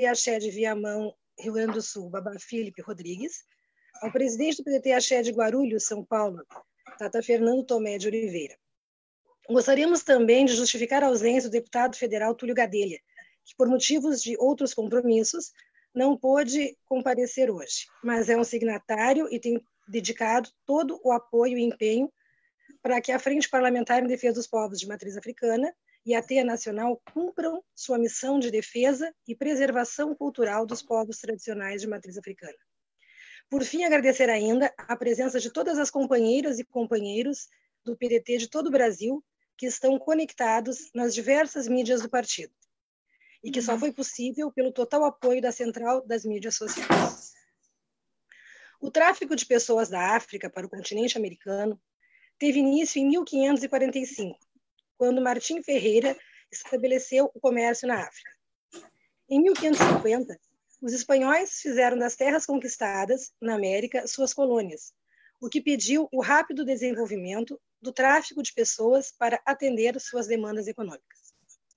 Axé de Viamão, Rio Grande do Sul, Babá Filipe Rodrigues, ao presidente do PDT Axé de Guarulhos, São Paulo, Tata Fernando Tomé de Oliveira. Gostaríamos também de justificar a ausência do deputado federal Túlio Gadelha, que por motivos de outros compromissos não pôde comparecer hoje, mas é um signatário e tem dedicado todo o apoio e empenho para que a Frente Parlamentar em Defesa dos Povos de Matriz Africana e a TEA Nacional cumpram sua missão de defesa e preservação cultural dos povos tradicionais de matriz africana. Por fim, agradecer ainda a presença de todas as companheiras e companheiros do PDT de todo o Brasil que estão conectados nas diversas mídias do partido e que só foi possível pelo total apoio da Central das Mídias Sociais. O tráfico de pessoas da África para o continente americano teve início em 1545, quando Martim Ferreira estabeleceu o comércio na África. Em 1550, os espanhóis fizeram das terras conquistadas na América suas colônias, o que pediu o rápido desenvolvimento do tráfico de pessoas para atender suas demandas econômicas.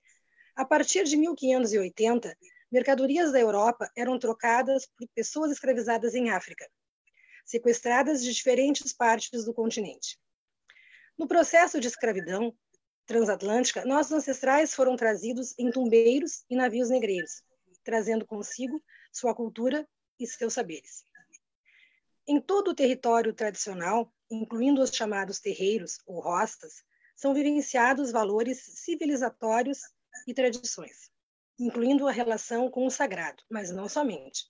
A partir de 1580, mercadorias da Europa eram trocadas por pessoas escravizadas em África, sequestradas de diferentes partes do continente. No processo de escravidão transatlântica, nossos ancestrais foram trazidos em tumbeiros e navios negreiros, trazendo consigo sua cultura e seus saberes. Em todo o território tradicional, incluindo os chamados terreiros ou rostas, são vivenciados valores civilizatórios e tradições, incluindo a relação com o sagrado, mas não somente.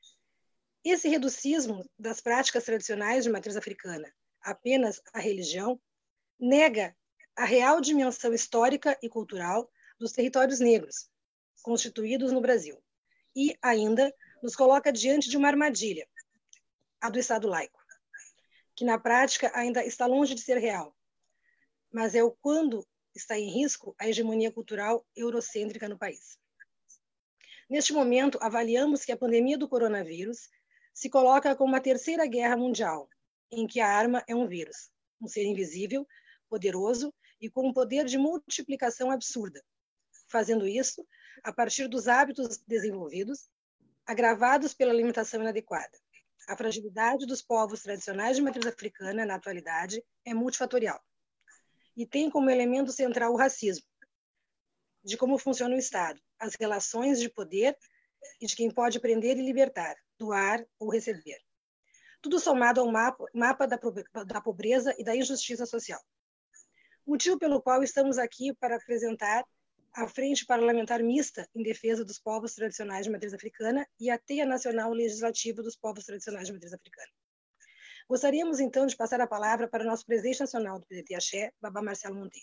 Esse reducismo das práticas tradicionais de matriz africana apenas à religião nega a real dimensão histórica e cultural dos territórios negros constituídos no Brasil e ainda nos coloca diante de uma armadilha, a do Estado laico, que na prática ainda está longe de ser real, mas é o quando está em risco a hegemonia cultural eurocêntrica no país. Neste momento, avaliamos que a pandemia do coronavírus se coloca como uma terceira guerra mundial, em que a arma é um vírus, um ser invisível, poderoso e com um poder de multiplicação absurda, fazendo isso a partir dos hábitos desenvolvidos, agravados pela alimentação inadequada. A fragilidade dos povos tradicionais de matriz africana, na atualidade, é multifatorial e tem como elemento central o racismo, de como funciona o Estado, as relações de poder e de quem pode prender e libertar, doar ou receber. Tudo somado ao mapa da pobreza e da injustiça social. Motivo pelo qual estamos aqui para apresentar a Frente Parlamentar Mista em Defesa dos Povos Tradicionais de Matriz Africana e a Teia Nacional Legislativa dos Povos Tradicionais de Matriz Africana. Gostaríamos, então, de passar a palavra para o nosso presidente nacional do PDT Axé, Babá Marcelo Monteiro.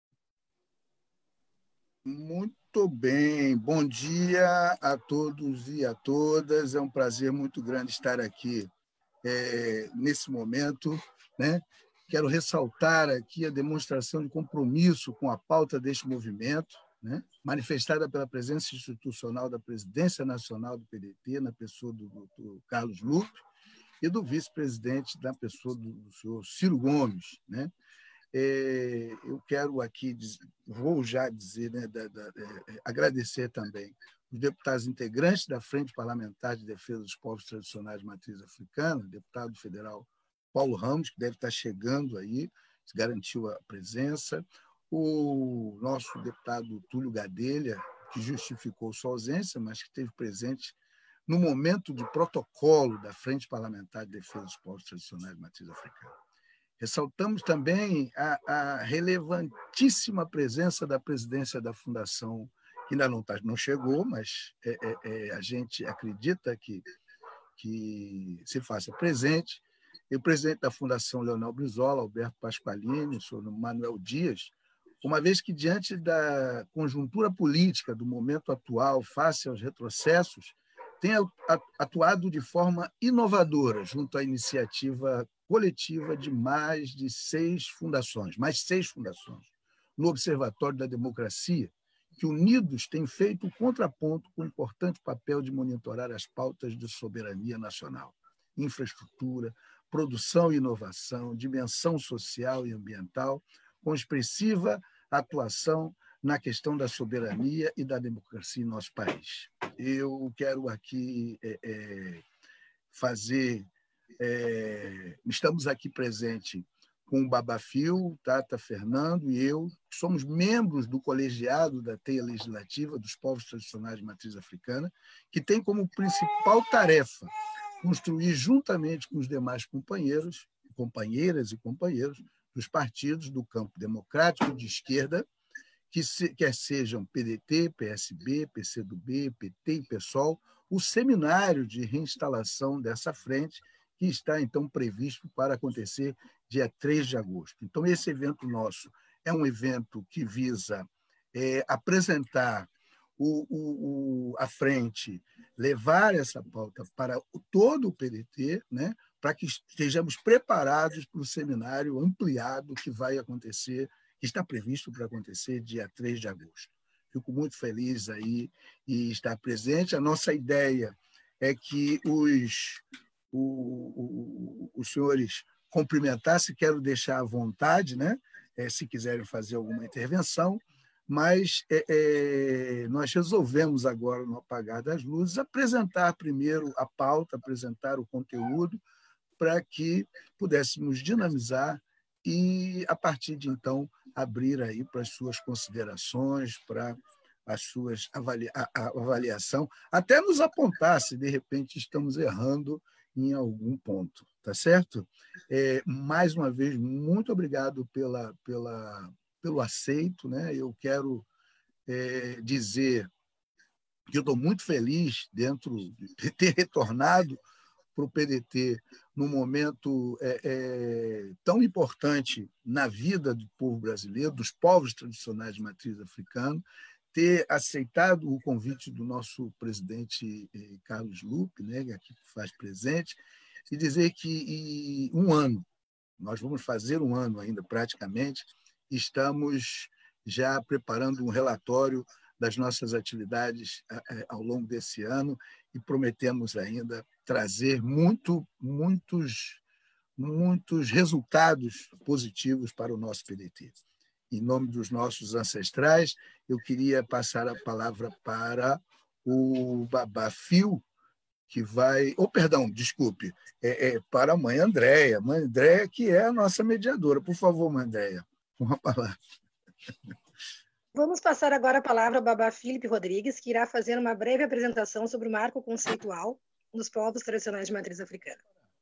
Muito bem. Bom dia a todos e a todas. É um prazer muito grande estar aqui nesse momento, né? Quero ressaltar aqui a demonstração de compromisso com a pauta deste movimento, né? Manifestada pela presença institucional da Presidência Nacional do PDT, na pessoa do Dr. Carlos Lupe, e do vice-presidente, na pessoa do senhor Ciro Gomes, né? Eu quero aqui, vou já dizer, né, agradecer também os deputados integrantes da Frente Parlamentar de Defesa dos Povos Tradicionais de Matriz Africana, deputado federal Paulo Ramos, que deve estar chegando aí, garantiu a presença, o nosso deputado Túlio Gadelha, que justificou sua ausência, mas que esteve presente no momento de protocolo da Frente Parlamentar de Defesa dos Povos Tradicionais de Matriz Africana. Ressaltamos também a relevantíssima presença da presidência da Fundação, que ainda não chegou, mas a gente acredita que se faça presente, e o presidente da Fundação Leonel Brizola, Alberto Pasqualini, o senhor Manuel Dias, uma vez que, diante da conjuntura política do momento atual, face aos retrocessos, tem atuado de forma inovadora junto à iniciativa coletiva de mais 6 fundações, no Observatório da Democracia, que, unidos, têm feito um contraponto com o importante papel de monitorar as pautas de soberania nacional, infraestrutura, produção e inovação, dimensão social e ambiental, com expressiva atuação na questão da soberania e da democracia em nosso país. Eu quero aqui fazer... estamos aqui presentes com o Babafio, Tata Fernando e eu, que somos membros do colegiado da Teia Legislativa dos Povos Tradicionais de Matriz Africana, que tem como principal tarefa construir, juntamente com os demais companheiras e companheiros dos partidos do campo democrático de esquerda, quer sejam PDT, PSB, PCdoB, PT e PSOL, o seminário de reinstalação dessa frente, que está, então, previsto para acontecer dia 3 de agosto. Então, esse evento nosso é um evento que visa apresentar a frente, levar essa pauta para todo o PDT, né, para que estejamos preparados para o seminário ampliado que vai acontecer, que está previsto para acontecer dia 3 de agosto. Fico muito feliz aí em estar presente. A nossa ideia é que os senhores cumprimentassem, quero deixar à vontade, né, se quiserem fazer alguma intervenção, mas nós resolvemos agora, no apagar das luzes, apresentar primeiro a pauta, apresentar o conteúdo, para que pudéssemos dinamizar e, a partir de então, abrir aí para as suas considerações, para as suas avaliação, até nos apontar se, de repente, estamos errando em algum ponto. Tá certo? Mais uma vez, muito obrigado pelo aceito, né? Eu quero dizer que eu estou muito feliz de ter retornado para o PDT num momento tão importante na vida do povo brasileiro, dos povos tradicionais de matriz africana, ter aceitado o convite do nosso presidente Carlos Lupe, né, que aqui faz presente, e dizer que em um ano, nós vamos fazer um ano ainda praticamente, estamos já preparando um relatório das nossas atividades ao longo desse ano e prometemos ainda trazer muitos resultados positivos para o nosso PDT. Em nome dos nossos ancestrais, eu queria passar a palavra para o Babafio, que vai... perdão, desculpe, para a mãe Andréia. Mãe Andréia, que é a nossa mediadora. Por favor, mãe Andréia, uma palavra. Vamos passar agora a palavra ao Babá Filipe Rodrigues, que irá fazer uma breve apresentação sobre o marco conceitual dos povos tradicionais de matriz africana.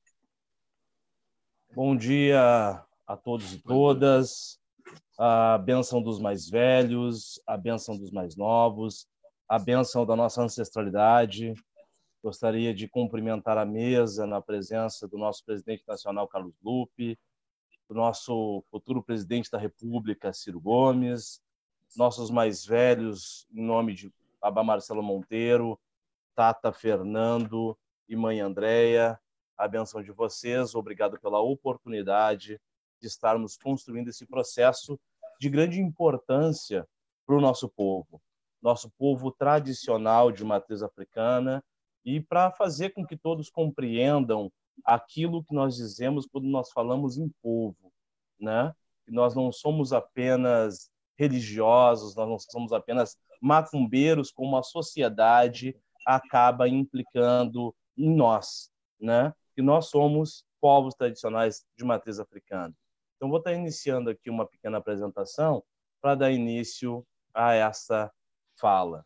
Bom dia a todos e todas. A bênção dos mais velhos, a bênção dos mais novos, a bênção da nossa ancestralidade. Gostaria de cumprimentar a mesa na presença do nosso presidente nacional, Carlos Lupe, do nosso futuro presidente da República, Ciro Gomes, nossos mais velhos, em nome de Babá Marcelo Monteiro, Tata Fernando e mãe Andréia. A bênção de vocês, obrigado pela oportunidade de estarmos construindo esse processo de grande importância para o nosso povo tradicional de matriz africana, e para fazer com que todos compreendam aquilo que nós dizemos quando nós falamos em povo, né? Que nós não somos apenas religiosos, nós não somos apenas macumbeiros, como a sociedade acaba implicando em nós, né? Que nós somos povos tradicionais de matriz africana. Então, vou estar iniciando aqui uma pequena apresentação para dar início a essa fala.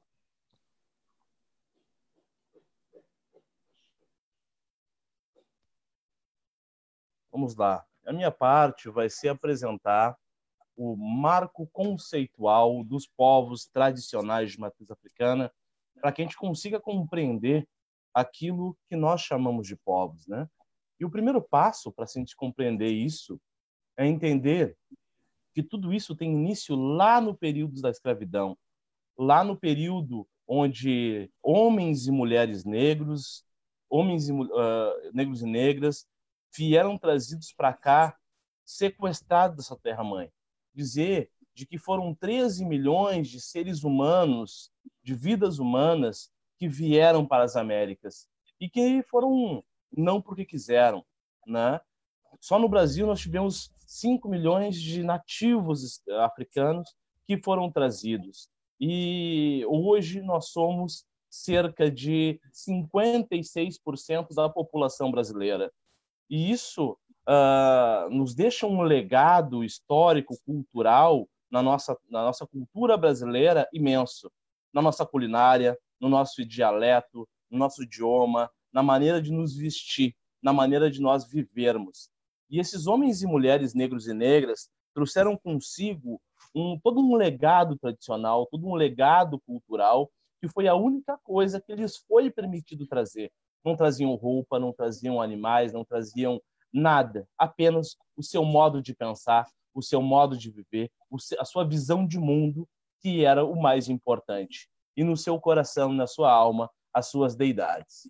Vamos lá. A minha parte vai ser apresentar o marco conceitual dos povos tradicionais de matriz africana, para que a gente consiga compreender aquilo que nós chamamos de povos, né? E o primeiro passo para a gente compreender isso é entender que tudo isso tem início lá no período da escravidão, lá no período onde homens e mulheres negros, negros e negras, vieram trazidos para cá, sequestrados dessa terra-mãe. Dizer de que foram 13 milhões de seres humanos, de vidas humanas, que vieram para as Américas e que foram não porque quiseram, né? Só no Brasil nós tivemos 5 milhões de nativos africanos que foram trazidos. E hoje nós somos cerca de 56% da população brasileira. E isso nos deixa um legado histórico, cultural, na nossa cultura brasileira imenso, na nossa culinária, no nosso dialeto, no nosso idioma, na maneira de nos vestir, na maneira de nós vivermos. E esses homens e mulheres negros e negras trouxeram consigo todo um legado tradicional, todo um legado cultural, que foi a única coisa que lhes foi permitido trazer. Não traziam roupa, não traziam animais, não traziam nada, apenas o seu modo de pensar, o seu modo de viver, a sua visão de mundo, que era o mais importante. E no seu coração, na sua alma, as suas deidades.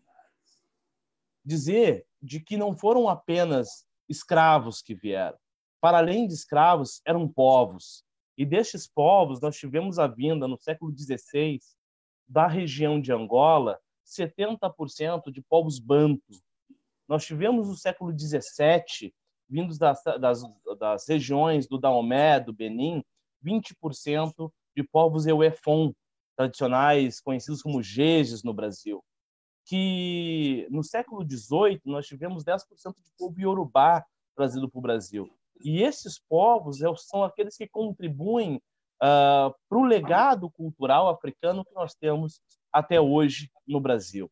Dizer de que não foram apenas escravos que vieram. Para além de escravos, eram povos. E destes povos, nós tivemos a vinda, no século XVI, da região de Angola, 70% de povos bantu. Nós tivemos no século XVII, vindos das regiões do Daomé, do Benin, 20% de povos Euefon, tradicionais, conhecidos como Jejes no Brasil. Que no século XVIII nós tivemos 10% de povo iorubá trazido para o Brasil. E esses povos são aqueles que contribuem para o legado cultural africano que nós temos até hoje no Brasil.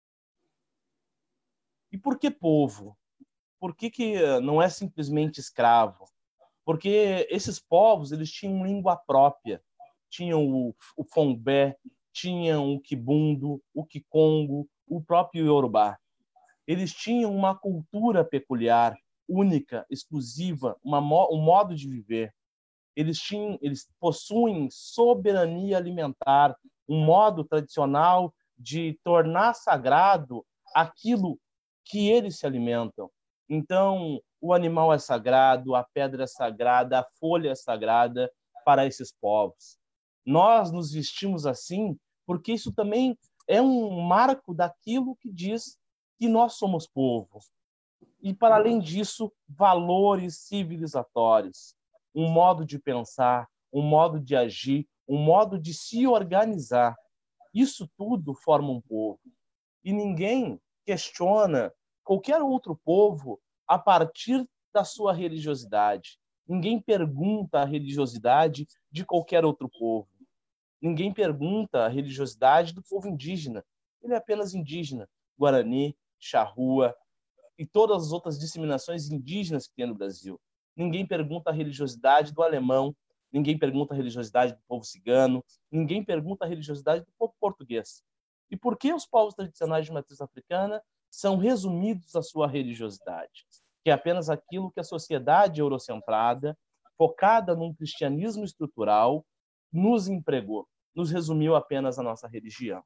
E por que povo? Por que não é simplesmente escravo? Porque esses povos eles tinham língua própria. Tinham o Fombé, tinham o Kibundo, o Kikongo, o próprio Iorubá. Eles tinham uma cultura peculiar, única, exclusiva, um modo de viver. Eles possuem soberania alimentar, um modo tradicional de tornar sagrado aquilo que eles se alimentam. Então, o animal é sagrado, a pedra é sagrada, a folha é sagrada para esses povos. Nós nos vestimos assim porque isso também é um marco daquilo que diz que nós somos povo. E, para além disso, valores civilizatórios, um modo de pensar, um modo de agir, um modo de se organizar. Isso tudo forma um povo. E ninguém questiona qualquer outro povo a partir da sua religiosidade. Ninguém pergunta a religiosidade de qualquer outro povo. Ninguém pergunta a religiosidade do povo indígena. Ele é apenas indígena. Guarani, Charrua e todas as outras disseminações indígenas que tem no Brasil. Ninguém pergunta a religiosidade do alemão. Ninguém pergunta a religiosidade do povo cigano. Ninguém pergunta a religiosidade do povo português. E por que os povos tradicionais de matriz africana são resumidos à sua religiosidade? Que é apenas aquilo que a sociedade eurocentrada, focada num cristianismo estrutural, nos empregou, nos resumiu apenas a nossa religião.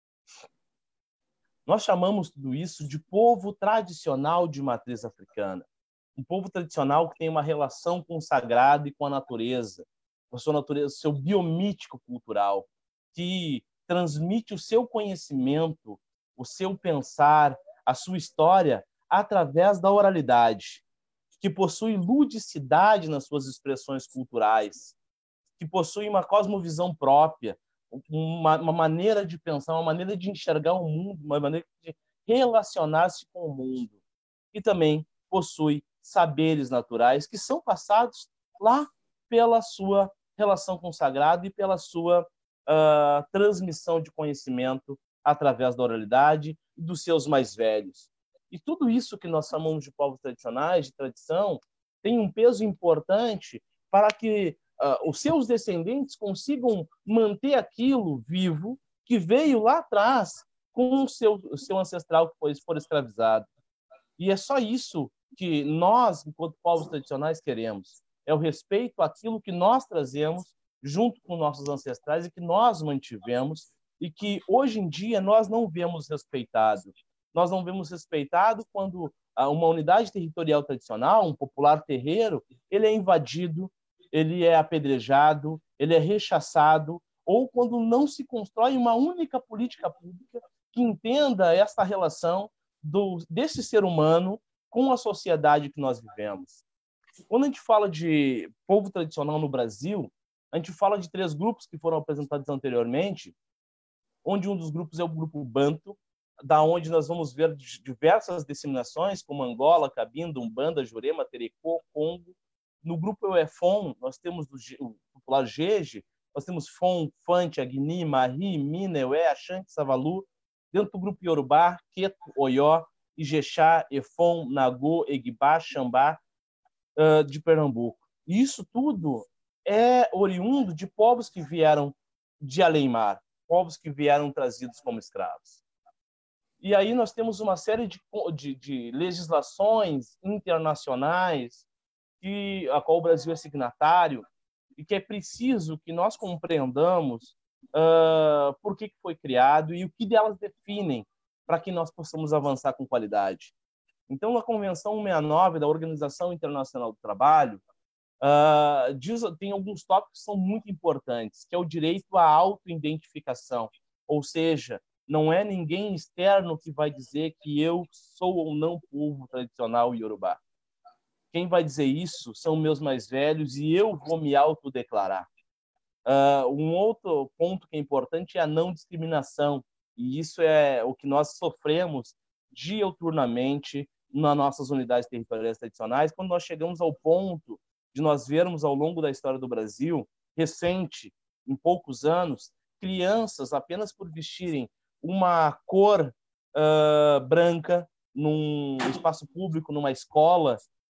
Nós chamamos tudo isso de povo tradicional de matriz africana. Um povo tradicional que tem uma relação com o sagrado e com a natureza, com a sua natureza, seu biomítico cultural, que transmite o seu conhecimento, o seu pensar, a sua história através da oralidade, que possui ludicidade nas suas expressões culturais, que possui uma cosmovisão própria, uma maneira de pensar, uma maneira de enxergar o mundo, uma maneira de relacionar-se com o mundo. E também possui saberes naturais que são passados lá pela sua relação com o sagrado e pela sua transmissão de conhecimento através da oralidade e dos seus mais velhos. E tudo isso que nós chamamos de povos tradicionais, de tradição, tem um peso importante para que os seus descendentes consigam manter aquilo vivo que veio lá atrás com o seu ancestral que for escravizado. E é só isso que nós, enquanto povos tradicionais, queremos. É o respeito àquilo que nós trazemos junto com nossos ancestrais e que nós mantivemos e que, hoje em dia, nós não vemos respeitado. Nós não vemos respeitado quando uma unidade territorial tradicional, um popular terreiro, ele é invadido, ele é apedrejado, ele é rechaçado, ou quando não se constrói uma única política pública que entenda essa relação desse ser humano com a sociedade que nós vivemos. Quando a gente fala de povo tradicional no Brasil, a gente fala de 3 grupos que foram apresentados anteriormente, onde um dos grupos é o grupo Banto, da onde nós vamos ver diversas disseminações, como Angola, Cabinda, Umbanda, Jurema, Terecô, Congo. No grupo Euefon, nós temos o popular Jeje, nós temos Fon, Fante, Agni, Mari, Mina, Eué, Axante, Savalu. Dentro do grupo Yorubá, Queto, Oió, Ijexá, Efon, Nagô, Eguibá, Xambá, de Pernambuco. E isso tudo é oriundo de povos que vieram de além-mar, povos que vieram trazidos como escravos. E aí nós temos uma série de legislações internacionais a qual o Brasil é signatário e que é preciso que nós compreendamos por que foi criado e o que delas definem para que nós possamos avançar com qualidade. Então, a Convenção 169 da Organização Internacional do Trabalho tem alguns tópicos que são muito importantes, que é o direito à autoidentificação, ou seja, não é ninguém externo que vai dizer que eu sou ou não povo tradicional iorubá. Quem vai dizer isso são meus mais velhos e eu vou me autodeclarar. Um outro ponto que é importante é a não discriminação, e isso é o que nós sofremos diuturnamente nas nossas unidades territoriais tradicionais, quando nós chegamos ao ponto de nós vermos ao longo da história do Brasil, recente, em poucos anos, crianças apenas por vestirem uma cor branca num espaço público, numa escola,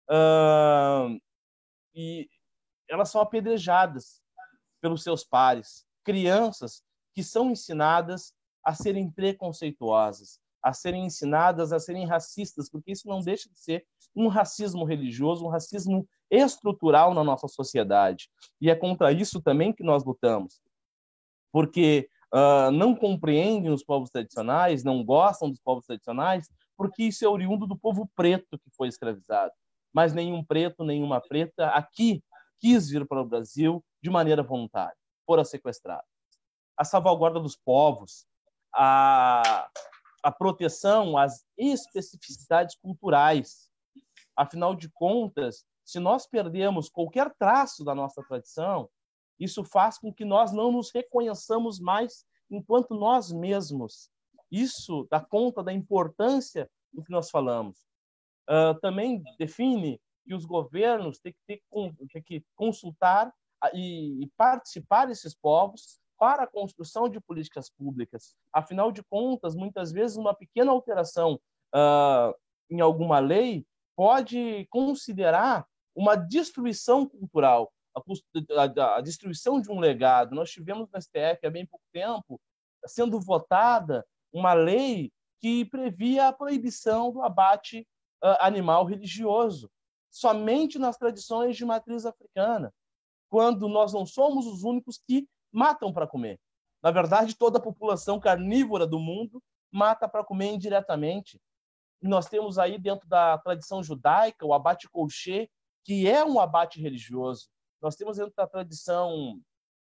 e elas são apedrejadas pelos seus pares. Crianças que são ensinadas a serem preconceituosas, a serem ensinadas a serem racistas, porque isso não deixa de ser um racismo religioso, um racismo estrutural na nossa sociedade. E é contra isso também que nós lutamos, porque não compreendem os povos tradicionais, não gostam dos povos tradicionais, porque isso é oriundo do povo preto que foi escravizado. Mas nenhum preto, nenhuma preta aqui quis vir para o Brasil de maneira voluntária, foram sequestrados. A salvaguarda dos povos, a proteção às especificidades culturais. Afinal de contas, se nós perdemos qualquer traço da nossa tradição, isso faz com que nós não nos reconheçamos mais enquanto nós mesmos. Isso dá conta da importância do que nós falamos. Também define que os governos têm que consultar e participar desses povos para a construção de políticas públicas. Afinal de contas, muitas vezes uma pequena alteração em alguma lei pode considerar uma destruição cultural, a destruição de um legado. Nós tivemos no STF há bem pouco tempo sendo votada uma lei que previa a proibição do abate animal religioso, somente nas tradições de matriz africana, quando nós não somos os únicos que matam para comer. Na verdade, toda a população carnívora do mundo mata para comer indiretamente. E nós temos aí dentro da tradição judaica o abate colchê, que é um abate religioso. Nós temos dentro da tradição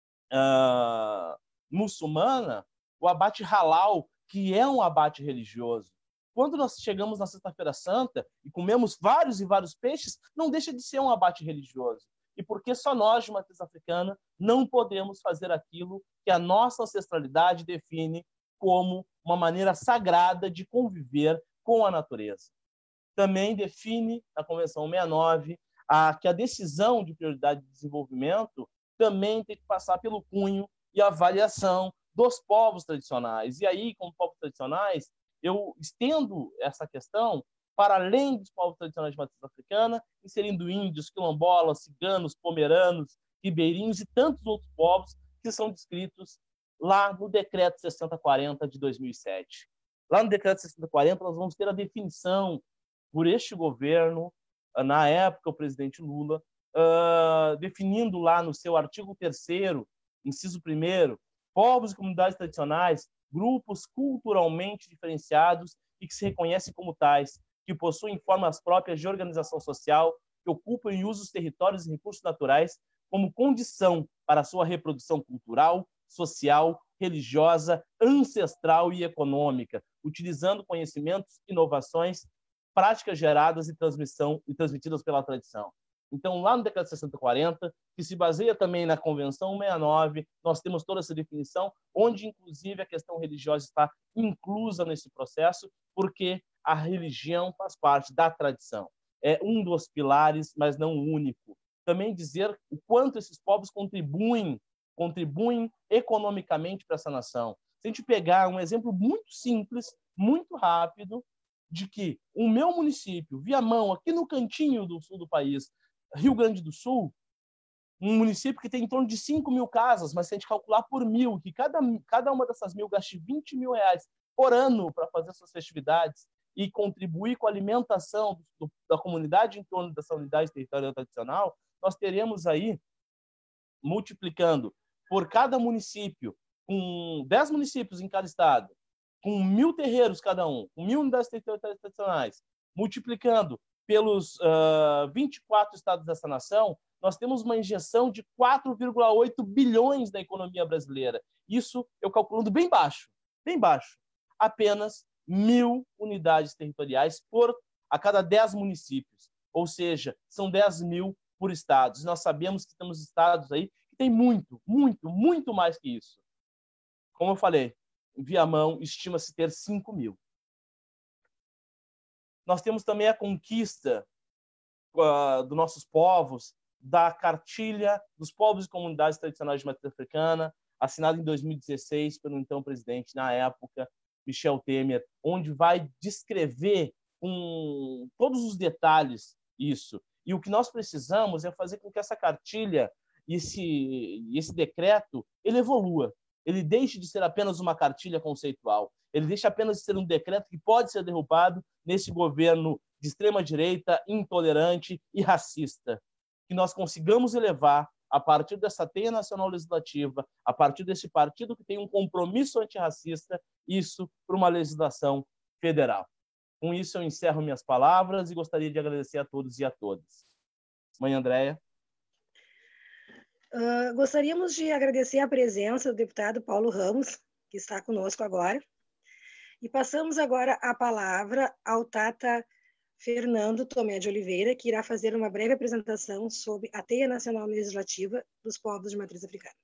muçulmana o abate halal, que é um abate religioso. Quando nós chegamos na Sexta-feira Santa e comemos vários e vários peixes, não deixa de ser um abate religioso. E porque só nós, de matriz africana, não podemos fazer aquilo que a nossa ancestralidade define como uma maneira sagrada de conviver com a natureza. Também define, na Convenção 69, que a decisão de prioridade de desenvolvimento também tem que passar pelo cunho e avaliação dos povos tradicionais. E aí, como povos tradicionais, eu estendo essa questão para além dos povos tradicionais de matriz africana, inserindo índios, quilombolas, ciganos, pomeranos, ribeirinhos e tantos outros povos que são descritos lá no Decreto 6040 de 2007. Lá no Decreto 6040, nós vamos ter a definição por este governo, na época, o presidente Lula, definindo lá no seu artigo 3º, inciso 1º, povos e comunidades tradicionais, grupos culturalmente diferenciados e que se reconhecem como tais, que possuem formas próprias de organização social, que ocupam e usam os territórios e recursos naturais como condição para a sua reprodução cultural, social, religiosa, ancestral e econômica, utilizando conhecimentos, inovações, práticas geradas e transmitidas pela tradição. Então, lá no Decreto 6040, que se baseia também na Convenção 69, nós temos toda essa definição, onde, inclusive, a questão religiosa está inclusa nesse processo, porque a religião faz parte da tradição. É um dos pilares, mas não o único. Também dizer o quanto esses povos contribuem economicamente para essa nação. Se a gente pegar um exemplo muito simples, muito rápido, de que o meu município, Viamão, aqui no cantinho do sul do país, Rio Grande do Sul, um município que tem em torno de 5 mil casas, mas se a gente calcular por 1.000, que cada uma dessas 1.000 gaste 20 mil reais por ano para fazer suas festividades e contribuir com a alimentação da comunidade em torno dessa unidade territorial tradicional, nós teremos aí, multiplicando por cada município, com 10 municípios em cada estado, com 1.000 terreiros cada um, com 1.000 unidades territoriais tradicionais, multiplicando pelos 24 estados dessa nação, nós temos uma injeção de 4,8 bilhões na economia brasileira. Isso eu calculando bem baixo. Apenas 1.000 unidades territoriais a cada 10 municípios. Ou seja, são 10.000 por estado. E nós sabemos que temos estados aí que tem muito mais que isso. Como eu falei, Viamão estima-se ter 5.000. Nós temos também a conquista dos nossos povos, da Cartilha dos Povos e Comunidades Tradicionais de Matriz Africana, assinada em 2016 pelo então presidente, na época, Michel Temer, onde vai descrever com todos os detalhes isso. E o que nós precisamos é fazer com que essa cartilha e esse decreto ele evolua. Ele deixe de ser apenas uma cartilha conceitual. Ele deixa apenas de ser um decreto que pode ser derrubado nesse governo de extrema-direita, intolerante e racista. Que nós consigamos elevar, a partir dessa teia nacional legislativa, a partir desse partido que tem um compromisso antirracista, isso para uma legislação federal. Com isso, eu encerro minhas palavras e gostaria de agradecer a todos e a todas. Mãe Andréia. Gostaríamos de agradecer a presença do deputado Paulo Ramos, que está conosco agora. E passamos agora a palavra ao Tata Fernando Tomé de Oliveira, que irá fazer uma breve apresentação sobre a Teia Nacional Legislativa dos Povos de Matriz Africana.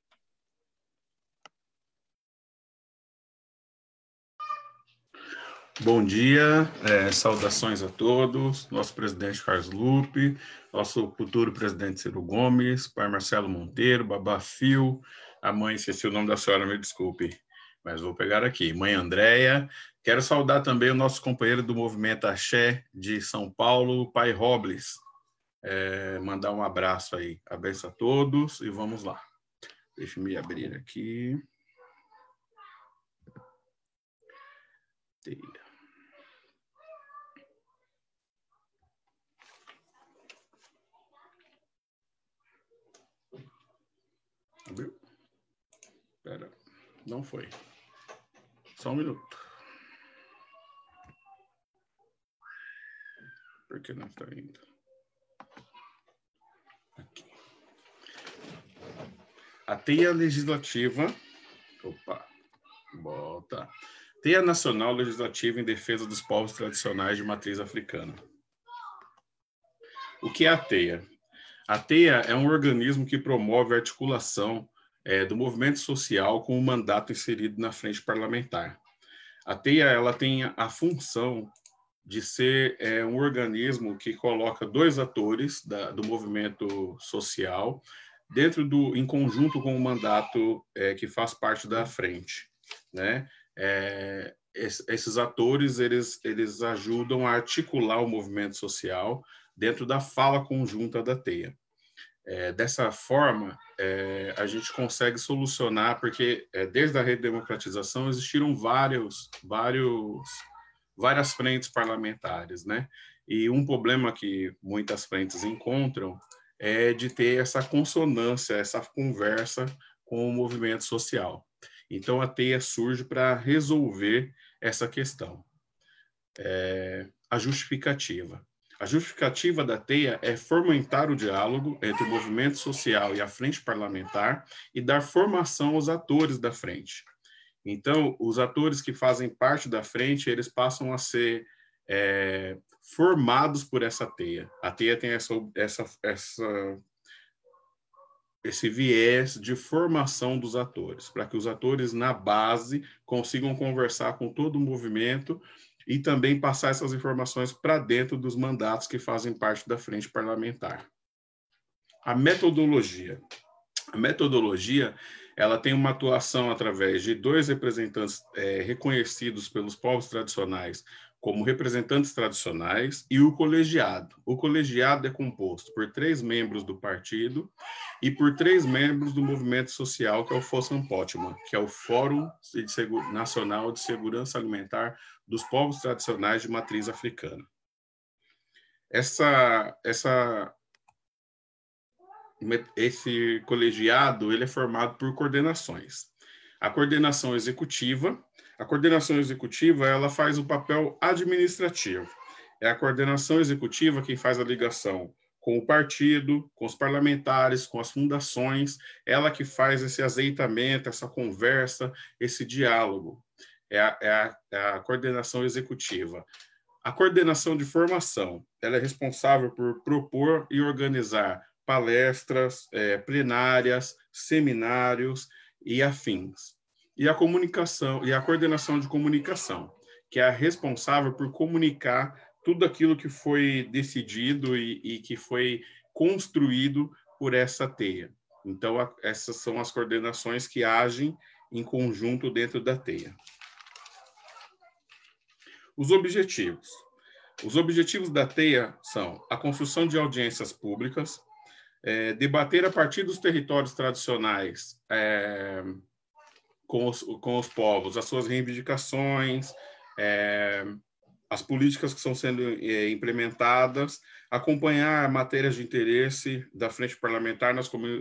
Bom dia, saudações a todos, nosso presidente Carlos Lupe, nosso futuro presidente Ciro Gomes, pai Marcelo Monteiro, babá Fio, a mãe, esqueci o nome da senhora, me desculpe, mas vou pegar aqui, mãe Andréia. Quero saudar também o nosso companheiro do Movimento Axé de São Paulo, pai Robles, mandar um abraço aí, abraço a todos e vamos lá. Deixa-me abrir aqui. Abriu? Espera, não foi. Só um minuto. Por que não está indo? Aqui. A Teia Legislativa... Opa, volta. Teia Nacional Legislativa em Defesa dos Povos Tradicionais de Matriz Africana. O que é a Teia? A Teia é um organismo que promove a articulação do movimento social com o mandato inserido na frente parlamentar. A Teia ela tem a função de ser um organismo que coloca dois atores do movimento social em conjunto com o mandato que faz parte da frente, né? Esses atores eles ajudam a articular o movimento social dentro da fala conjunta da Teia. Dessa forma, a gente consegue solucionar, porque desde a redemocratização existiram várias frentes parlamentares, né? E um problema que muitas frentes encontram é de ter essa consonância, essa conversa com o movimento social. Então, a Teia surge para resolver essa questão. A justificativa. A justificativa da Teia é fomentar o diálogo entre o movimento social e a frente parlamentar e dar formação aos atores da frente. Então, os atores que fazem parte da frente, eles passam a ser formados por essa teia. A teia tem esse viés de formação dos atores, para que os atores, na base, consigam conversar com todo o movimento e também passar essas informações para dentro dos mandatos que fazem parte da frente parlamentar. A metodologia. A metodologia, ela tem uma atuação através de 2 representantes reconhecidos pelos povos tradicionais como representantes tradicionais e o colegiado. O colegiado é composto por 3 membros do partido e por 3 membros do movimento social, que é o FOSAM-POTMA, que é o Fórum Nacional de Segurança Alimentar dos Povos Tradicionais de Matriz Africana. Esse colegiado ele é formado por coordenações. A coordenação executiva ela faz o papel administrativo. É a coordenação executiva quem faz a ligação com o partido, com os parlamentares, com as fundações, ela que faz esse azeitamento, essa conversa, esse diálogo. É a coordenação executiva. A coordenação de formação, ela é responsável por propor e organizar palestras, plenárias, seminários e afins. E a comunicação, e a coordenação de comunicação, que é a responsável por comunicar tudo aquilo que foi decidido e que foi construído por essa teia. Então, essas são as coordenações que agem em conjunto dentro da teia. Os objetivos. Os objetivos da teia são a construção de audiências públicas, debater a partir dos territórios tradicionais com os povos as suas reivindicações, as políticas que estão sendo implementadas, acompanhar matérias de interesse da frente parlamentar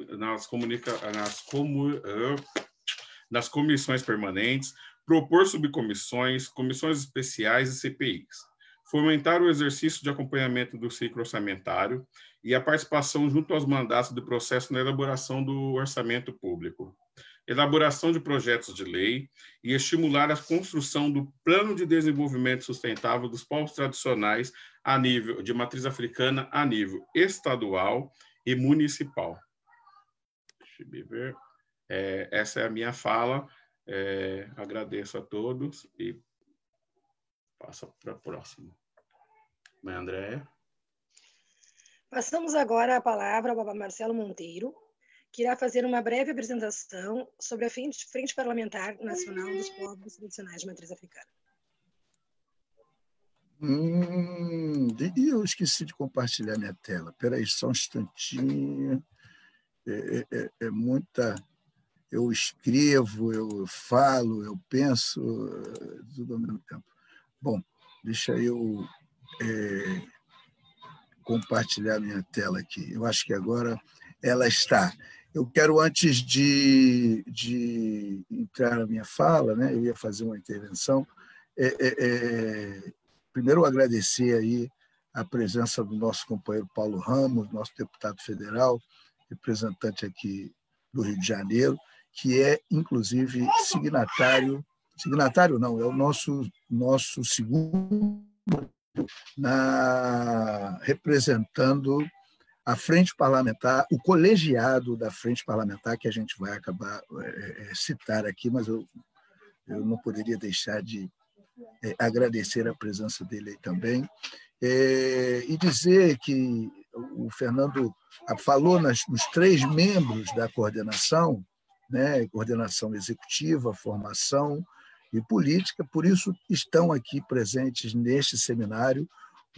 nas comissões permanentes, propor subcomissões, comissões especiais e CPIs, fomentar o exercício de acompanhamento do ciclo orçamentário e a participação junto aos mandatos do processo na elaboração do orçamento público, elaboração de projetos de lei e estimular a construção do Plano de Desenvolvimento Sustentável dos Povos Tradicionais a nível de matriz africana, a nível estadual e municipal. Deixa eu ver. Essa é a minha fala. Agradeço a todos e passo para a próxima. Mãe Andréia. Passamos agora a palavra ao Baba Marcelo Monteiro, que irá fazer uma breve apresentação sobre a Frente Parlamentar Nacional dos Povos Tradicionais de Matriz Africana. Eu esqueci de compartilhar minha tela. Espera aí, só um instantinho. É muita... Eu escrevo, eu falo, eu penso, tudo ao mesmo tempo. Bom, deixa eu compartilhar minha tela aqui. Eu acho que agora ela está. Eu quero, antes de entrar na minha fala, né, eu ia fazer uma intervenção, primeiro agradecer aí a presença do nosso companheiro Paulo Ramos, nosso deputado federal, representante aqui do Rio de Janeiro, que é, inclusive, signatário não, é o nosso segundo representando a frente parlamentar, o colegiado da frente parlamentar, que a gente vai acabar citar aqui, mas eu não poderia deixar de agradecer a presença dele aí também, e dizer que o Fernando falou nos 3 membros da coordenação, né, coordenação executiva, formação e política, por isso estão aqui presentes neste seminário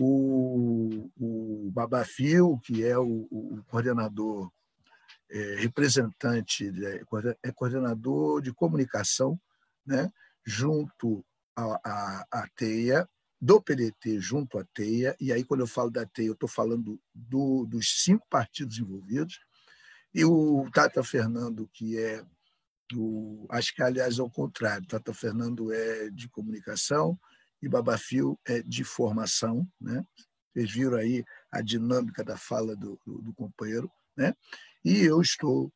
o Babafio, que é o coordenador, representante, coordenador de comunicação, né, junto à TEIA, do PDT junto à TEIA, e aí quando eu falo da TEIA eu estou falando dos 5 partidos envolvidos, e o Tata Fernando, que acho que, aliás, ao contrário, Tata Fernando é de comunicação e Babafio é de formação, né? Vocês viram aí a dinâmica da fala do companheiro, né? E eu estou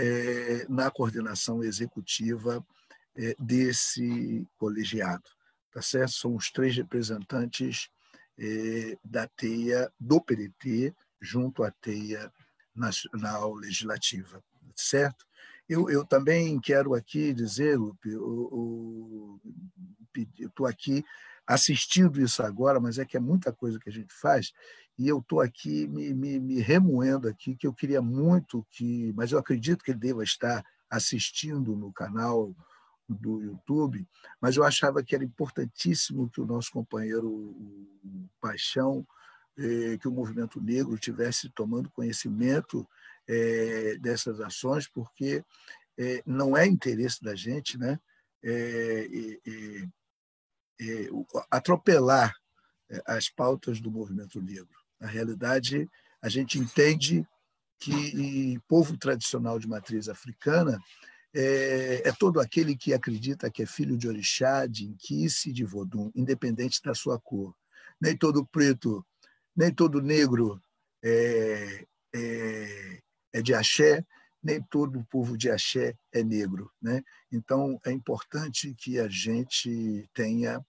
na coordenação executiva desse colegiado. tá certo? São os 3 representantes da teia do PDT junto à teia nacional legislativa, certo? Eu também quero aqui dizer, Lupe, eu estou aqui assistindo isso agora, mas é que é muita coisa que a gente faz, e eu estou aqui me remoendo aqui, que eu queria muito que, mas eu acredito que ele deva estar assistindo no canal do YouTube, mas eu achava que era importantíssimo que o nosso companheiro o Paixão, que o movimento negro tivesse tomando conhecimento dessas ações, porque não é interesse da gente, né, atropelar as pautas do movimento negro. Na realidade, a gente entende que povo tradicional de matriz africana é todo aquele que acredita que é filho de orixá, de inquice, de vodum, independente da sua cor. Nem todo preto, nem todo negro é de axé, nem todo povo de axé é negro, né? Então, é importante que a gente tenha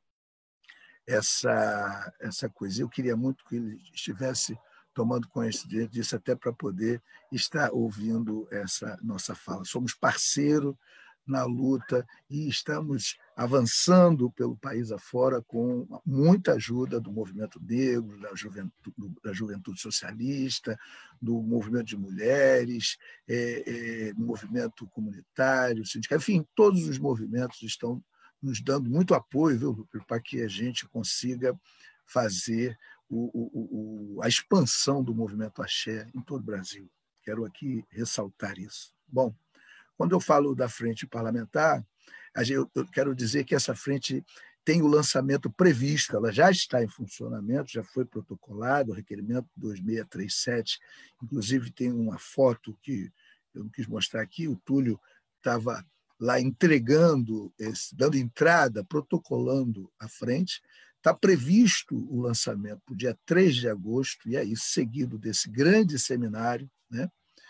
essa coisa. Eu queria muito que ele estivesse tomando conhecimento disso, até para poder estar ouvindo essa nossa fala. Somos parceiros na luta e estamos avançando pelo país afora com muita ajuda do movimento negro, da juventude socialista, do movimento de mulheres, do movimento comunitário, sindical, enfim, todos os movimentos estão nos dando muito apoio, viu, para que a gente consiga fazer a expansão do movimento axé em todo o Brasil. Quero aqui ressaltar isso. Bom, quando eu falo da frente parlamentar, eu quero dizer que essa frente tem o lançamento previsto, ela já está em funcionamento, já foi protocolado, o requerimento 2637, inclusive tem uma foto que eu não quis mostrar aqui, o Túlio estava lá entregando, dando entrada, protocolando à frente. Está previsto o lançamento para o dia 3 de agosto, e aí, seguido desse grande seminário, né?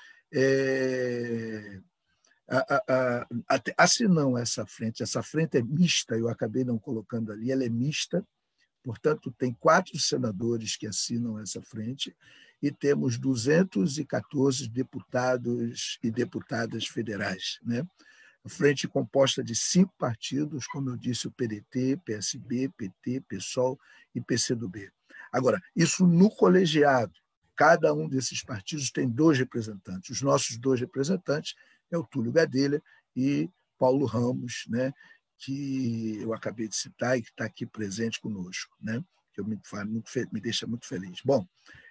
Assinam essa frente é mista, eu acabei não colocando ali, ela é mista, portanto, tem 4 senadores que assinam essa frente, e temos 214 deputados e deputadas federais, né? Frente composta de 5 partidos, como eu disse, o PDT, PSB, PT, PSOL e PCdoB. Agora, isso no colegiado. Cada um desses partidos tem 2 representantes. Os nossos 2 representantes é o Túlio Gadelha e Paulo Ramos, né, que eu acabei de citar e que está aqui presente conosco, né, que me deixa muito feliz. Bom,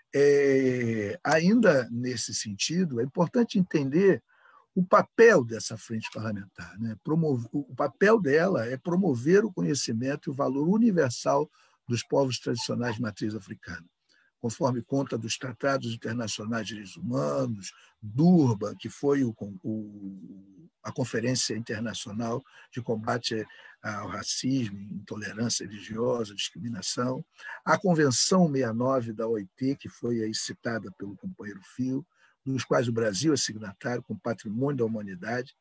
ainda nesse sentido, é importante entender o papel dessa frente parlamentar, né? O papel dela é promover o conhecimento e o valor universal dos povos tradicionais de matriz africana, conforme conta dos tratados internacionais de direitos humanos, Durban, que foi a Conferência Internacional de Combate ao Racismo, Intolerância Religiosa, Discriminação, a Convenção 69 da OIT, que foi aí citada pelo companheiro Fio, dos quais o Brasil é signatário, com patrimônio da humanidade,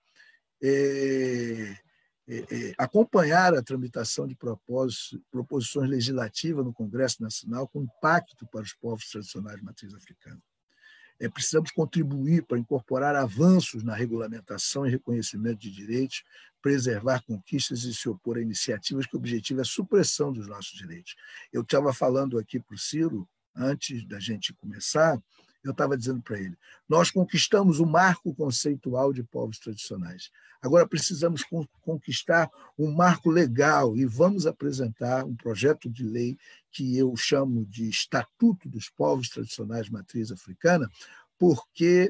acompanhar a tramitação de proposições legislativas no Congresso Nacional com impacto para os povos tradicionais de matriz africana. Precisamos contribuir para incorporar avanços na regulamentação e reconhecimento de direitos, preservar conquistas e se opor a iniciativas que o objetivo é a supressão dos nossos direitos. Eu estava falando aqui para o Ciro, antes da gente começar, eu estava dizendo para ele, nós conquistamos o marco conceitual de povos tradicionais. Agora precisamos conquistar um marco legal e vamos apresentar um projeto de lei que eu chamo de Estatuto dos Povos Tradicionais de Matriz Africana, porque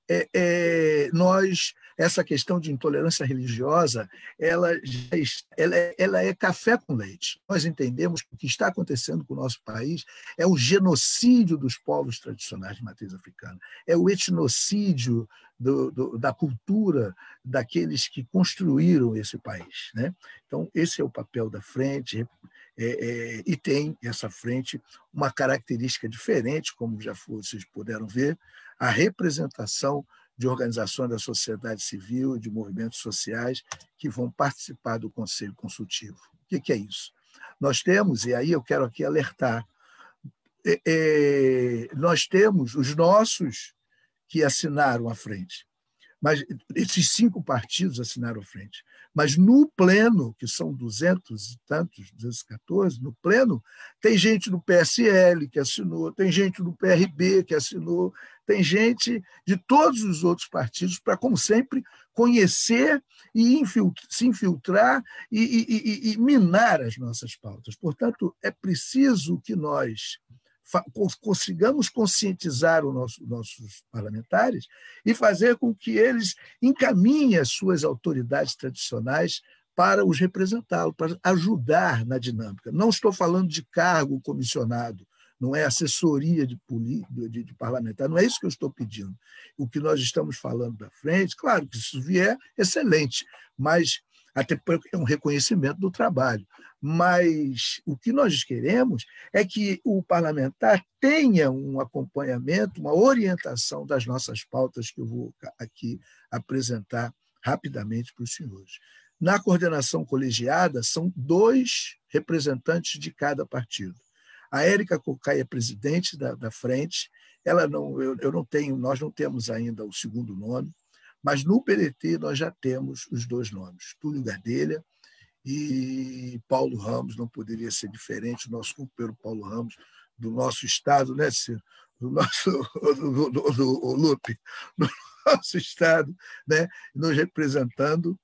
essa questão de intolerância religiosa, ela é café com leite. Nós entendemos que o que está acontecendo com o nosso país é o genocídio dos povos tradicionais de matriz africana, é o etnocídio da cultura daqueles que construíram esse país, né? Então, esse é o papel da frente, e tem essa frente uma característica diferente, como já vocês puderam ver, a representação de organizações da sociedade civil e de movimentos sociais que vão participar do Conselho Consultivo. O que é isso? Nós temos, e aí eu quero aqui alertar, nós temos os nossos que assinaram a frente, mas esses 5 partidos assinaram a frente. Mas no pleno, que são 200 e tantos, 214, no pleno, tem gente do PSL que assinou, tem gente do PRB que assinou, tem gente de todos os outros partidos para, como sempre, conhecer e se infiltrar e minar as nossas pautas. Portanto, é preciso que nós consigamos conscientizar os nossos parlamentares e fazer com que eles encaminhem as suas autoridades tradicionais para os representá-los, para ajudar na dinâmica. Não estou falando de cargo comissionado, não é assessoria de parlamentar, não é isso que eu estou pedindo. O que nós estamos falando da frente, claro que se vier, excelente, mas até porque é um reconhecimento do trabalho. Mas o que nós queremos é que o parlamentar tenha um acompanhamento, uma orientação das nossas pautas, que eu vou aqui apresentar rapidamente para os senhores. Na coordenação colegiada, são 2 representantes de cada partido. A Érica Cocai é presidente da frente, nós não temos ainda o segundo nome, mas no PDT nós já temos os 2 nomes, Túlio Gadelha e Paulo Ramos, não poderia ser diferente, o nosso companheiro Paulo Ramos, do nosso estado, né, Ciro? Do nosso Lupe, do nosso estado, né, nos representando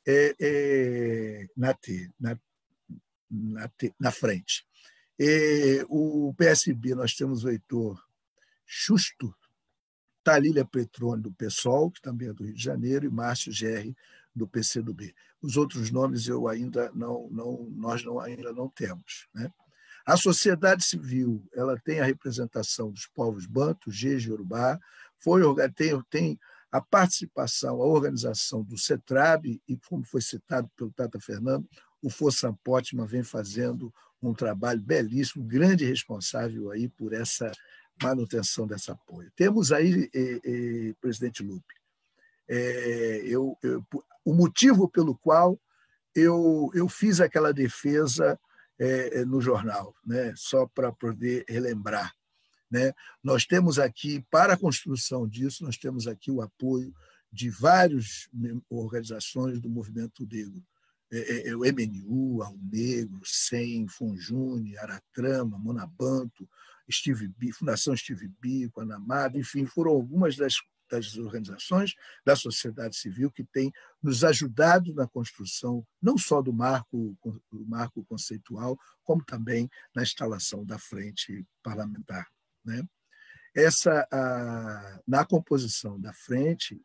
na frente. O PSB, nós temos o Heitor Justo, Talília Petrone, do PSOL, que também é do Rio de Janeiro, e Márcio Gerri, do PCdoB. Os outros nomes nós ainda não temos, né? A sociedade civil, ela tem a representação dos povos Banto, Jeje e Yorubá, tem a participação, a organização do CETRAB, e como foi citado pelo Tata Fernando, o Força Pótima vem fazendo um trabalho belíssimo, grande responsável aí por essa manutenção dessa apoio. Temos aí, presidente Lupe, o motivo pelo qual eu fiz aquela defesa no jornal, né, só para poder relembrar. Né? Nós temos aqui, para a construção disso, nós temos aqui o apoio de várias organizações do movimento negro. O MNU, Ao Negro, SEM, Fonjune, Aratrama, Monabanto, Fundação Steve Biko, Anamada, enfim, foram algumas das organizações da sociedade civil que têm nos ajudado na construção não só do marco conceitual, como também na instalação da frente parlamentar. Né? Na composição da frente,